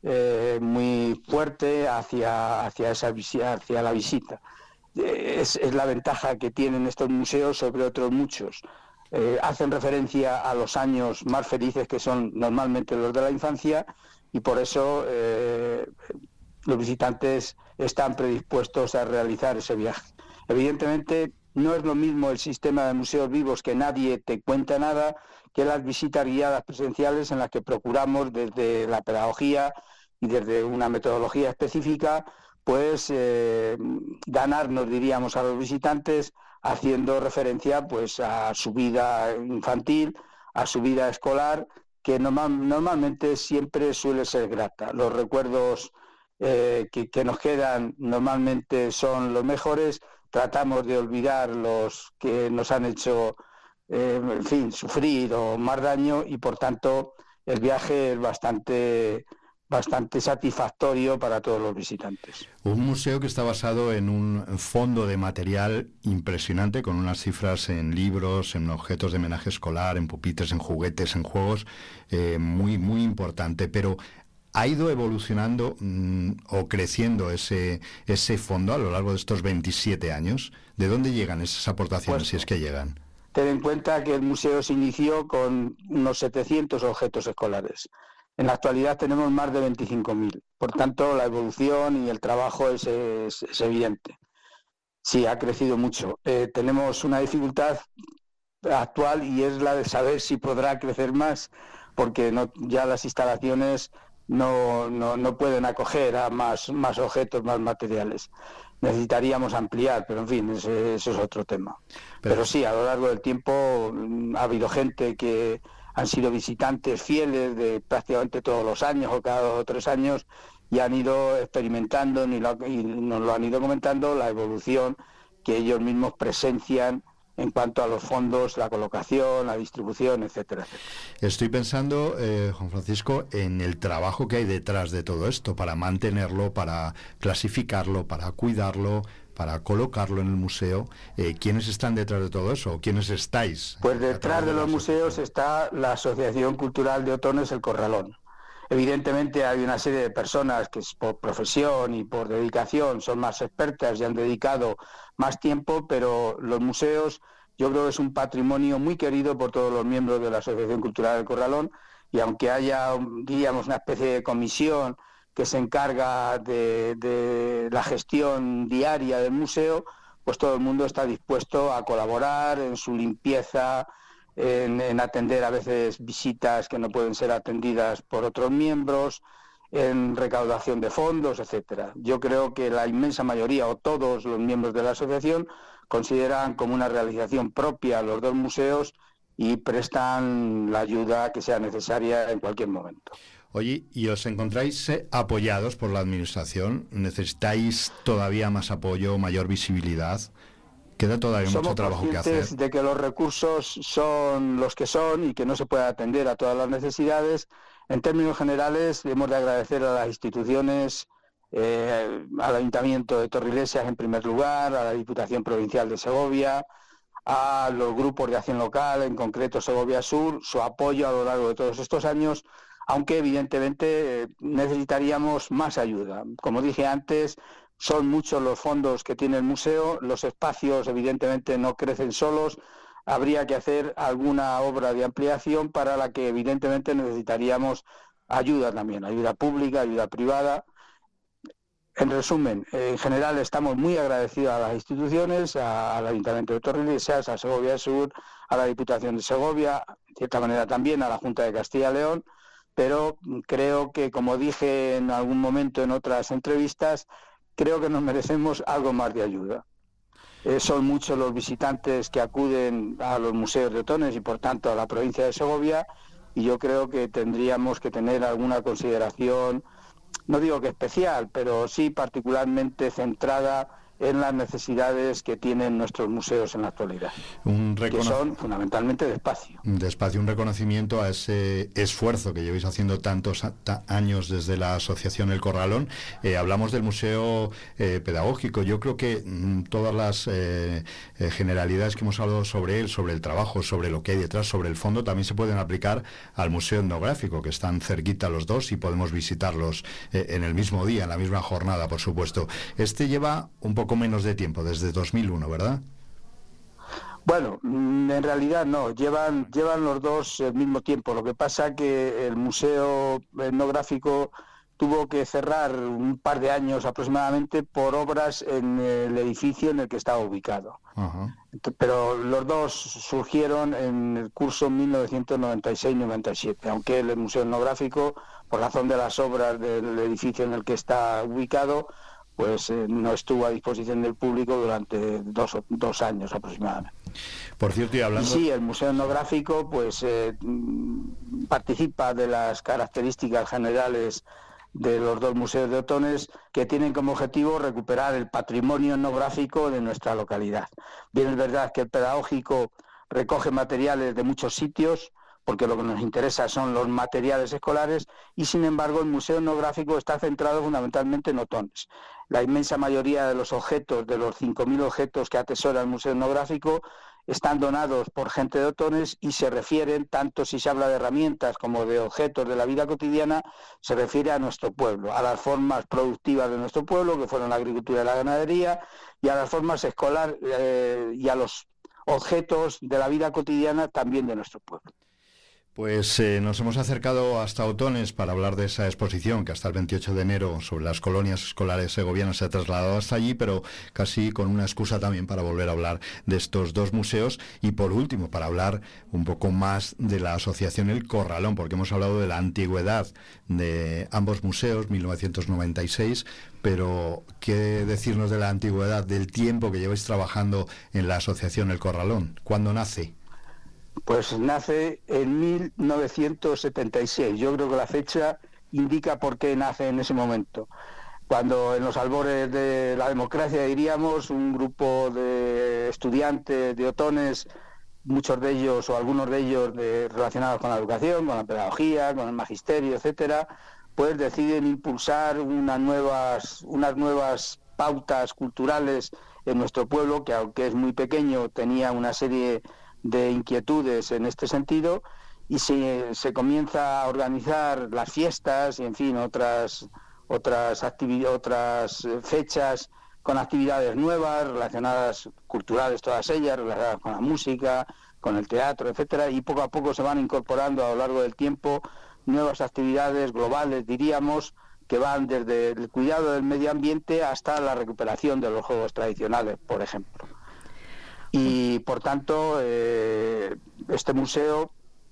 muy fuerte hacia la visita. Es la ventaja que tienen estos museos sobre otros muchos. Hacen referencia a los años más felices, que son normalmente los de la infancia, y por eso los visitantes están predispuestos a realizar ese viaje. Evidentemente, no es lo mismo el sistema de museos vivos, que nadie te cuenta nada, que las visitas guiadas presenciales, en las que procuramos desde la pedagogía y desde una metodología específica, pues ganarnos, diríamos, a los visitantes, haciendo referencia pues a su vida infantil, a su vida escolar, que normalmente siempre suele ser grata. Los recuerdos que nos quedan normalmente son los mejores. Tratamos de olvidar los que nos han hecho sufrir o más daño, y por tanto el viaje es bastante satisfactorio para todos los visitantes.
Un museo que está basado en un fondo de material impresionante, con unas cifras en libros, en objetos de homenaje escolar, en pupitres, en juguetes, en juegos, muy, muy importante, pero ¿ha ido evolucionando o creciendo ese fondo a lo largo de estos 27 años? ¿De dónde llegan esas aportaciones, si es que llegan?
Ten en cuenta que el museo se inició con unos 700 objetos escolares. En la actualidad tenemos más de 25.000. Por tanto, la evolución y el trabajo es evidente. Sí, ha crecido mucho. Tenemos una dificultad actual, y es la de saber si podrá crecer más, porque ya las instalaciones no pueden acoger a más objetos, más materiales. Necesitaríamos ampliar, pero en fin, eso es otro tema. Pero sí, a lo largo del tiempo ha habido gente que han sido visitantes fieles de prácticamente todos los años, o cada 2 o 3 años, y han ido experimentando y nos lo han ido comentando, la evolución que ellos mismos presencian en cuanto a los fondos, la colocación, la distribución, etcétera, etcétera.
Estoy pensando, Juan Francisco, en el trabajo que hay detrás de todo esto, para mantenerlo, para clasificarlo, para cuidarlo, para colocarlo en el museo. ¿Quiénes están detrás de todo eso? ¿Quiénes estáis?
Pues detrás de los museos está la Asociación Cultural de Otones El Corralón. Evidentemente hay una serie de personas que por profesión y por dedicación son más expertas y han dedicado más tiempo, pero los museos, yo creo que es un patrimonio muy querido por todos los miembros de la Asociación Cultural del Corralón, y aunque haya, diríamos, una especie de comisión que se encarga de la gestión diaria del museo, pues todo el mundo está dispuesto a colaborar en su limpieza, en atender a veces visitas que no pueden ser atendidas por otros miembros, en recaudación de fondos, etcétera. Yo creo que la inmensa mayoría, o todos los miembros de la asociación, consideran como una realización propia los 2 museos y prestan la ayuda que sea necesaria en cualquier momento.
Oye, ¿y os encontráis apoyados por la Administración? ¿Necesitáis todavía más apoyo, mayor visibilidad? ¿Queda todavía mucho trabajo que hacer?
Somos conscientes de que los recursos son los que son y que no se puede atender a todas las necesidades. En términos generales, hemos de agradecer a las instituciones, al Ayuntamiento de Torrilesias en primer lugar, a la Diputación Provincial de Segovia, a los grupos de acción local, en concreto Segovia Sur, su apoyo a lo largo de todos estos años, aunque evidentemente necesitaríamos más ayuda. Como dije antes, son muchos los fondos que tiene el museo, los espacios evidentemente no crecen solos, habría que hacer alguna obra de ampliación para la que evidentemente necesitaríamos ayuda también, ayuda pública, ayuda privada. En resumen, en general estamos muy agradecidos a las instituciones, al Ayuntamiento de Torrilesias, a Segovia Sur, a la Diputación de Segovia, de cierta manera también a la Junta de Castilla y León, pero creo que, como dije en algún momento en otras entrevistas, creo que nos merecemos algo más de ayuda. Son muchos los visitantes que acuden a los museos de Otones y por tanto a la provincia de Segovia, y yo creo que tendríamos que tener alguna consideración, no digo que especial, pero sí particularmente centrada en las necesidades que tienen nuestros museos en la actualidad, que son fundamentalmente de espacio.
De espacio, un reconocimiento a ese esfuerzo que lleváis haciendo tantos años desde la Asociación El Corralón. Hablamos del Museo Pedagógico. Yo creo que todas las generalidades que hemos hablado sobre él, sobre el trabajo, sobre lo que hay detrás, sobre el fondo, también se pueden aplicar al Museo Etnográfico, que están cerquita los dos y podemos visitarlos en el mismo día, en la misma jornada, por supuesto. Este lleva un poco menos de tiempo, desde 2001, ¿verdad?
Bueno, en realidad no, llevan los dos el mismo tiempo. Lo que pasa que el Museo Etnográfico tuvo que cerrar un par de años aproximadamente por obras en el edificio en el que estaba ubicado. Uh-huh. Pero los dos surgieron en el curso 1996-97, aunque el Museo Etnográfico, por razón de las obras del edificio en el que está ubicado, pues no estuvo a disposición del público durante dos años aproximadamente.
Por cierto, y hablando...
Sí, el Museo Etnográfico pues participa de las características generales de los dos museos de Otones, que tienen como objetivo recuperar el patrimonio etnográfico de nuestra localidad. Bien, es verdad que el pedagógico recoge materiales de muchos sitios, porque lo que nos interesa son los materiales escolares, y sin embargo el Museo Etnográfico está centrado fundamentalmente en Otones. La inmensa mayoría de los objetos, de los 5.000 objetos que atesora el Museo Etnográfico, están donados por gente de Otones y se refieren, tanto si se habla de herramientas como de objetos de la vida cotidiana, se refiere a nuestro pueblo, a las formas productivas de nuestro pueblo, que fueron la agricultura y la ganadería, y a las formas escolares y a los objetos de la vida cotidiana también de nuestro pueblo.
Pues nos hemos acercado hasta Otones para hablar de esa exposición que hasta el 28 de enero sobre las colonias escolares segovianas se ha trasladado hasta allí, pero casi con una excusa también para volver a hablar de estos dos museos y por último para hablar un poco más de la Asociación El Corralón, porque hemos hablado de la antigüedad de ambos museos, 1996, pero ¿qué decirnos de la antigüedad, del tiempo que lleváis trabajando en la Asociación El Corralón? ¿Cuándo nace?
Pues nace en 1976. Yo creo que la fecha indica por qué nace en ese momento. Cuando en los albores de la democracia, diríamos, un grupo de estudiantes de Otones, muchos de ellos o algunos de ellos relacionados con la educación, con la pedagogía, con el magisterio, etcétera, pues deciden impulsar unas nuevas pautas culturales en nuestro pueblo, que aunque es muy pequeño, tenía una serie de inquietudes en este sentido, y se comienza a organizar las fiestas y en fin otras fechas con actividades nuevas relacionadas, culturales todas ellas, relacionadas con la música, con el teatro, etcétera, y poco a poco se van incorporando a lo largo del tiempo nuevas actividades globales, diríamos, que van desde el cuidado del medio ambiente hasta la recuperación de los juegos tradicionales, por ejemplo. Y por tanto estos museos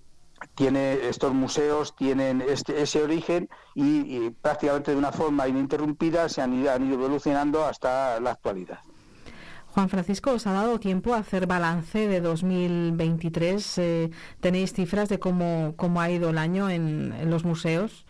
tienen ese origen y prácticamente de una forma ininterrumpida se han ido evolucionando hasta la actualidad.
Juan Francisco, ¿os ha dado tiempo a hacer balance de 2023? ¿Tenéis cifras de cómo ha ido el año en los museos?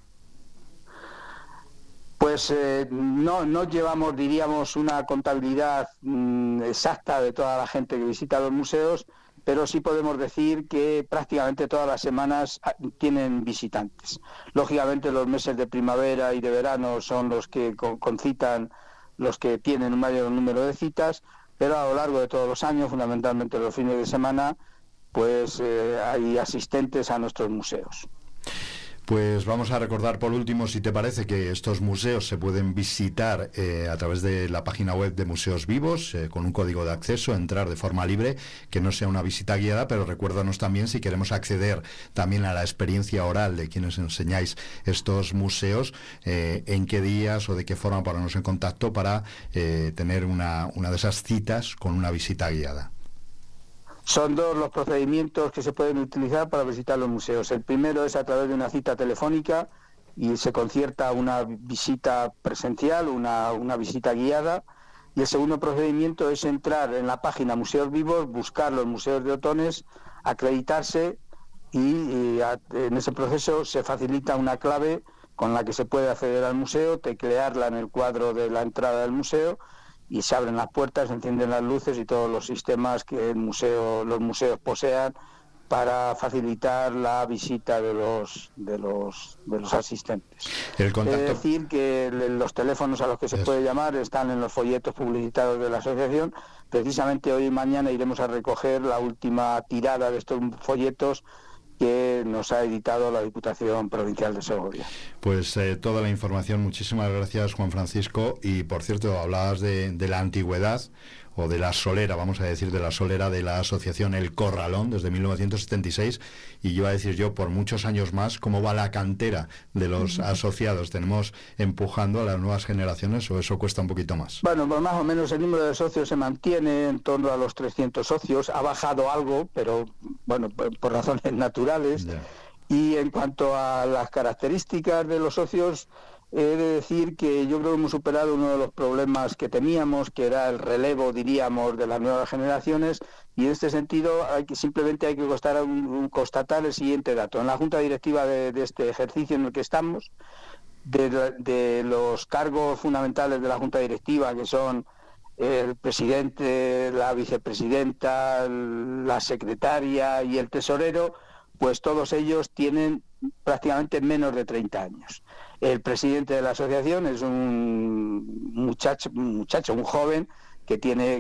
Pues no llevamos, diríamos, una contabilidad exacta de toda la gente que visita los museos, pero sí podemos decir que prácticamente todas las semanas tienen visitantes. Lógicamente los meses de primavera y de verano son los que concitan, los que tienen un mayor número de citas, pero a lo largo de todos los años, fundamentalmente los fines de semana, pues hay asistentes a nuestros museos.
Pues vamos a recordar por último, si te parece, que estos museos se pueden visitar a través de la página web de Museos Vivos, con un código de acceso, entrar de forma libre, que no sea una visita guiada, pero recuérdanos también si queremos acceder también a la experiencia oral de quienes enseñáis estos museos, en qué días o de qué forma ponernos en contacto para tener una de esas citas con una visita guiada.
Son dos los procedimientos que se pueden utilizar para visitar los museos. El primero es a través de una cita telefónica y se concierta una visita presencial, una visita guiada. Y el segundo procedimiento es entrar en la página Museos Vivos, buscar los museos de Otones, acreditarse y en ese proceso se facilita una clave con la que se puede acceder al museo, teclearla en el cuadro de la entrada del museo y se abren las puertas, se encienden las luces y todos los sistemas que los museos posean para facilitar la visita de los asistentes.
El contacto...
Es decir, que los teléfonos a los que se puede llamar están en los folletos publicitados de la asociación. Precisamente hoy y mañana iremos a recoger la última tirada de estos folletos que nos ha editado la Diputación Provincial de Segovia.
Pues toda la información, muchísimas gracias, Juan Francisco. Y por cierto, hablabas de la antigüedad, o de la solera, vamos a decir, de la solera de la asociación El Corralón desde 1976, y yo iba a decir yo, por muchos años más, cómo va la cantera de los asociados. ¿Tenemos empujando a las nuevas generaciones o eso cuesta un poquito más?
Bueno, pues más o menos el número de socios se mantiene en torno a los 300 socios, ha bajado algo, pero bueno, por razones naturales.
Ya.
Y en cuanto a las características de los socios, he de decir que yo creo que hemos superado uno de los problemas que teníamos, que era el relevo, diríamos, de las nuevas generaciones, y en este sentido simplemente hay que constatar el siguiente dato. En la Junta Directiva de este ejercicio en el que estamos, de los cargos fundamentales de la Junta Directiva, que son el presidente, la vicepresidenta, la secretaria y el tesorero, pues todos ellos tienen prácticamente menos de 30 años. El presidente de la asociación es un muchacho, un joven que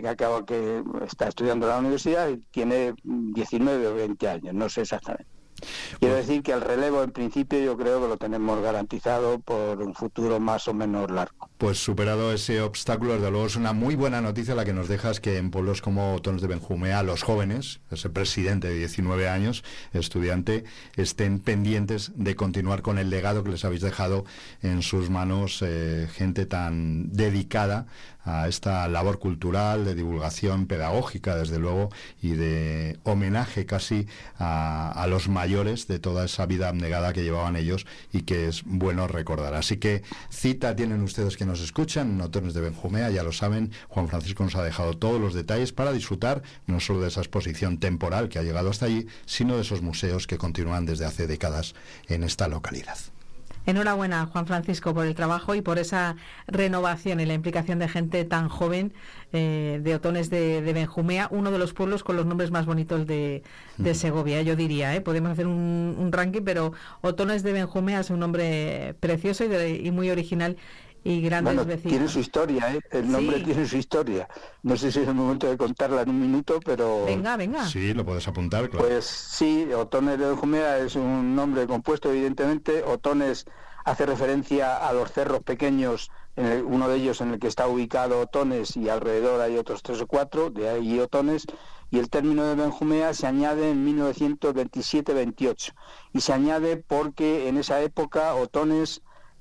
está estudiando en la universidad y tiene 19 o 20 años, no sé exactamente. Quiero decir que el relevo, en principio, yo creo que lo tenemos garantizado por un futuro más o menos largo.
Pues superado ese obstáculo, desde luego es una muy buena noticia la que nos dejas, que en pueblos como Otones de Benjumea los jóvenes, ese presidente de 19 años, estudiante, estén pendientes de continuar con el legado que les habéis dejado en sus manos, gente tan dedicada a esta labor cultural, de divulgación pedagógica, desde luego, y de homenaje casi a los mayores de toda esa vida abnegada que llevaban ellos y que es bueno recordar. Así que cita tienen ustedes que nos escuchan en Otones de Benjumea, ya lo saben, Juan Francisco nos ha dejado todos los detalles para disfrutar no solo de esa exposición temporal que ha llegado hasta allí, sino de esos museos que continúan desde hace décadas en esta localidad.
Enhorabuena, Juan Francisco, por el trabajo y por esa renovación y la implicación de gente tan joven de Otones de Benjumea, uno de los pueblos con los nombres más bonitos de Segovia, yo diría. Podemos hacer un ranking, pero Otones de Benjumea es un nombre precioso y muy original. Y grandes vecinos.
Tiene su historia, el nombre tiene su historia. No sé si es el momento de contarla en un minuto, pero...
Venga.
Sí, lo puedes apuntar, claro.
Pues sí, Otones de Benjumea es un nombre compuesto, evidentemente. Otones hace referencia a los cerros pequeños, uno de ellos en el que está ubicado Otones, y alrededor hay otros 3 o 4, de ahí Otones. Y el término de Benjumea se añade en 1927-28. Y se añade porque en esa época Otones...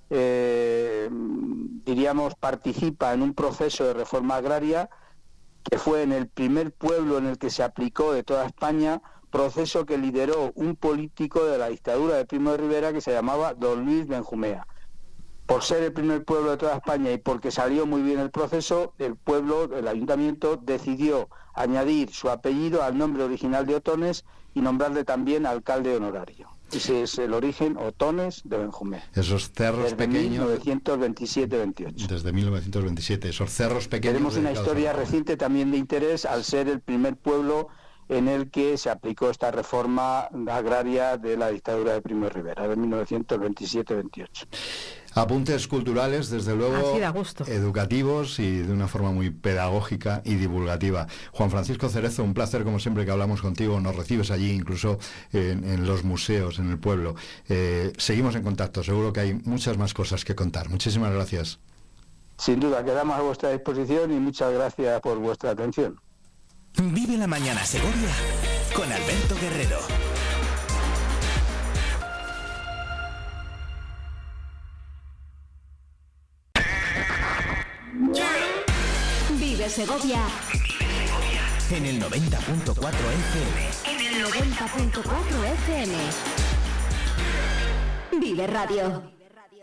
participa en un proceso de reforma agraria que fue en el primer pueblo en el que se aplicó de toda España, proceso que lideró un político de la dictadura de Primo de Rivera que se llamaba Don Luis Benjumea. Por ser el primer pueblo de toda España y porque salió muy bien el proceso, el ayuntamiento decidió añadir su apellido al nombre original de Otones y nombrarle también alcalde honorario. Ese es el origen, Otones de Benjumea.
Esos cerros pequeños...
Desde 1927-28.
Desde 1927, esos cerros pequeños...
Tenemos una historia reciente también de interés al ser el primer pueblo en el que se aplicó esta reforma agraria de la dictadura de Primo de Rivera, de 1927-28.
Apuntes culturales, desde luego, educativos y de una forma muy pedagógica y divulgativa. Juan Francisco Cerezo, un placer como siempre que hablamos contigo, nos recibes allí incluso en los museos, en el pueblo. Seguimos en contacto, seguro que hay muchas más cosas que contar. Muchísimas gracias.
Sin duda, quedamos a vuestra disposición y muchas gracias por vuestra atención.
Vive la mañana Segovia con Alberto Guerrero.
Vive Segovia.
En el 90.4 FM.
En el 90.4 FM. Vive Radio.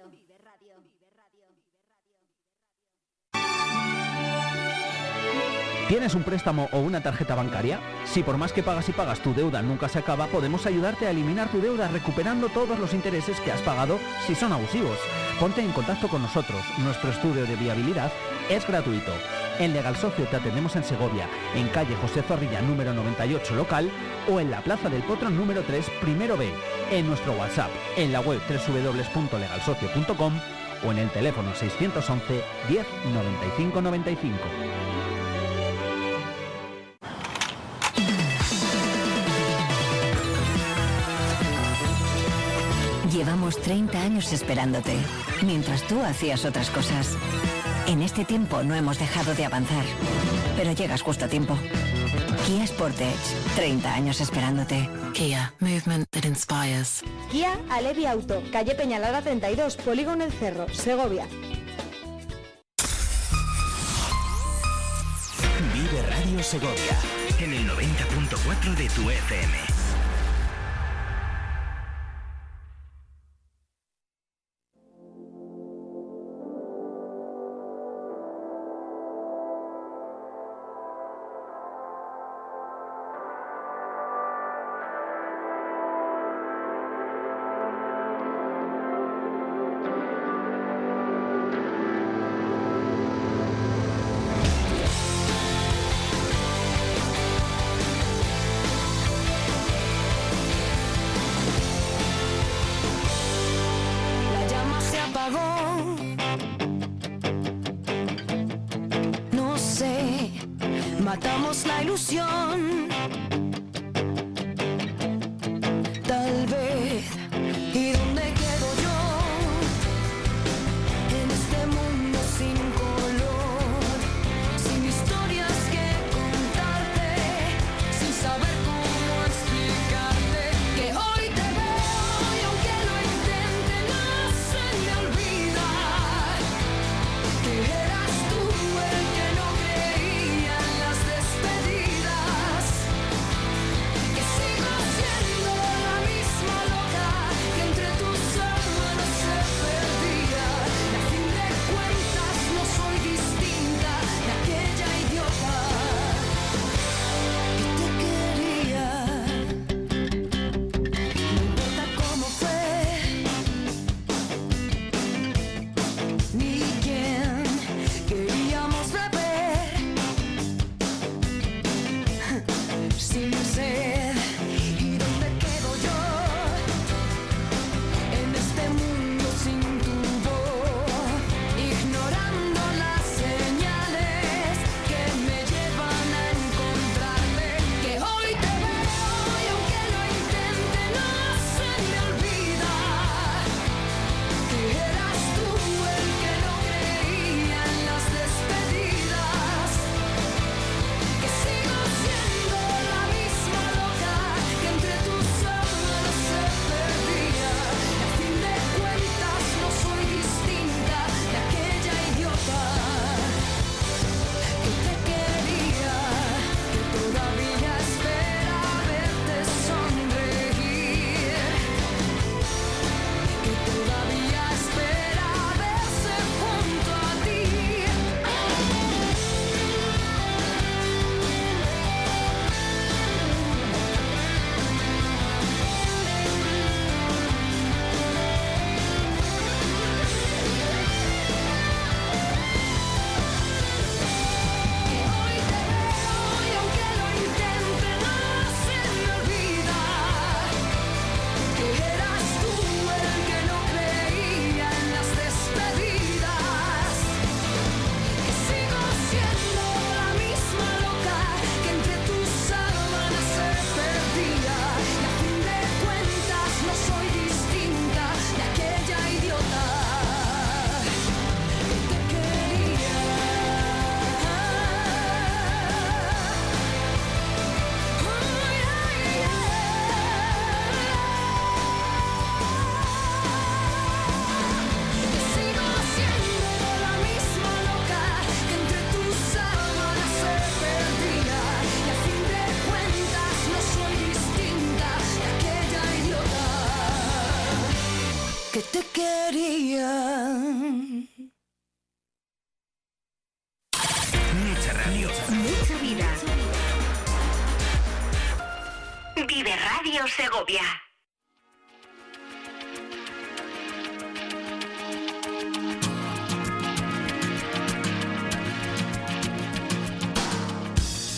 ¿Tienes un préstamo o una tarjeta bancaria? Si por más que pagas y pagas tu deuda nunca se acaba, podemos ayudarte a eliminar tu deuda recuperando todos los intereses que has pagado si son abusivos. Ponte en contacto con nosotros. Nuestro estudio de viabilidad es gratuito. En Legal Socio te atendemos en Segovia, en calle José Zorrilla número 98 local o en la Plaza del Potro número 3 primero B, en nuestro WhatsApp, en la web www.legalsocio.com o en el teléfono 611 10 95 95.
Llevamos 30 años esperándote, mientras tú hacías otras cosas. En este tiempo no hemos dejado de avanzar, pero llegas justo a tiempo. Kia Sportage, 30 años esperándote.
Kia, movement that inspires.
Kia Alevi Auto, calle Peñalara 32, Polígono El Cerro, Segovia.
Vive Radio Segovia, en el 90.4 de tu FM.
No sé, matamos la ilusión. Tal vez, ¿y dónde quedo yo? En este mundo sin color, sin historias que contarte, sin saber cómo explicarte que hoy te veo y aunque lo intente no se me olvida que eras tú el que no creía en las despedidas, que sigo siendo la misma loca que entre tus sábanas se perdía, y a fin de cuentas no soy distinta de aquella idiota que te quería. No importa cómo fue ni quién queríamos beber sin sed. ¿Y dónde quedo yo en este mundo sin tu voz, ignorando las señales que me llevan a encontrarte? Que hoy te veo y aunque lo intente no se me olvida que eras tú el que no creía en las despedidas, que sigo siendo la misma loca que entre tus sábanas se perdía, y a fin de cuentas no soy distinta de aquella idiota que te quería, que todavía espera verte sonreír, que todavía espera verse junto a ti. Que hoy te veo y aunque lo intente no se me olvida que eras tú el que no creía en las despedidas, que sigo siendo la misma loca que entre tus sábanas se perdía, y a fin de cuentas no soy distinta de aquella idiota que te quería. Que sigo siendo la misma loca que entre tus sábanas se perdía, y a fin de cuentas no soy distinta de aquella idiota que te quería.
Mucha radio.
Mucha vida. Vive Radio Segovia.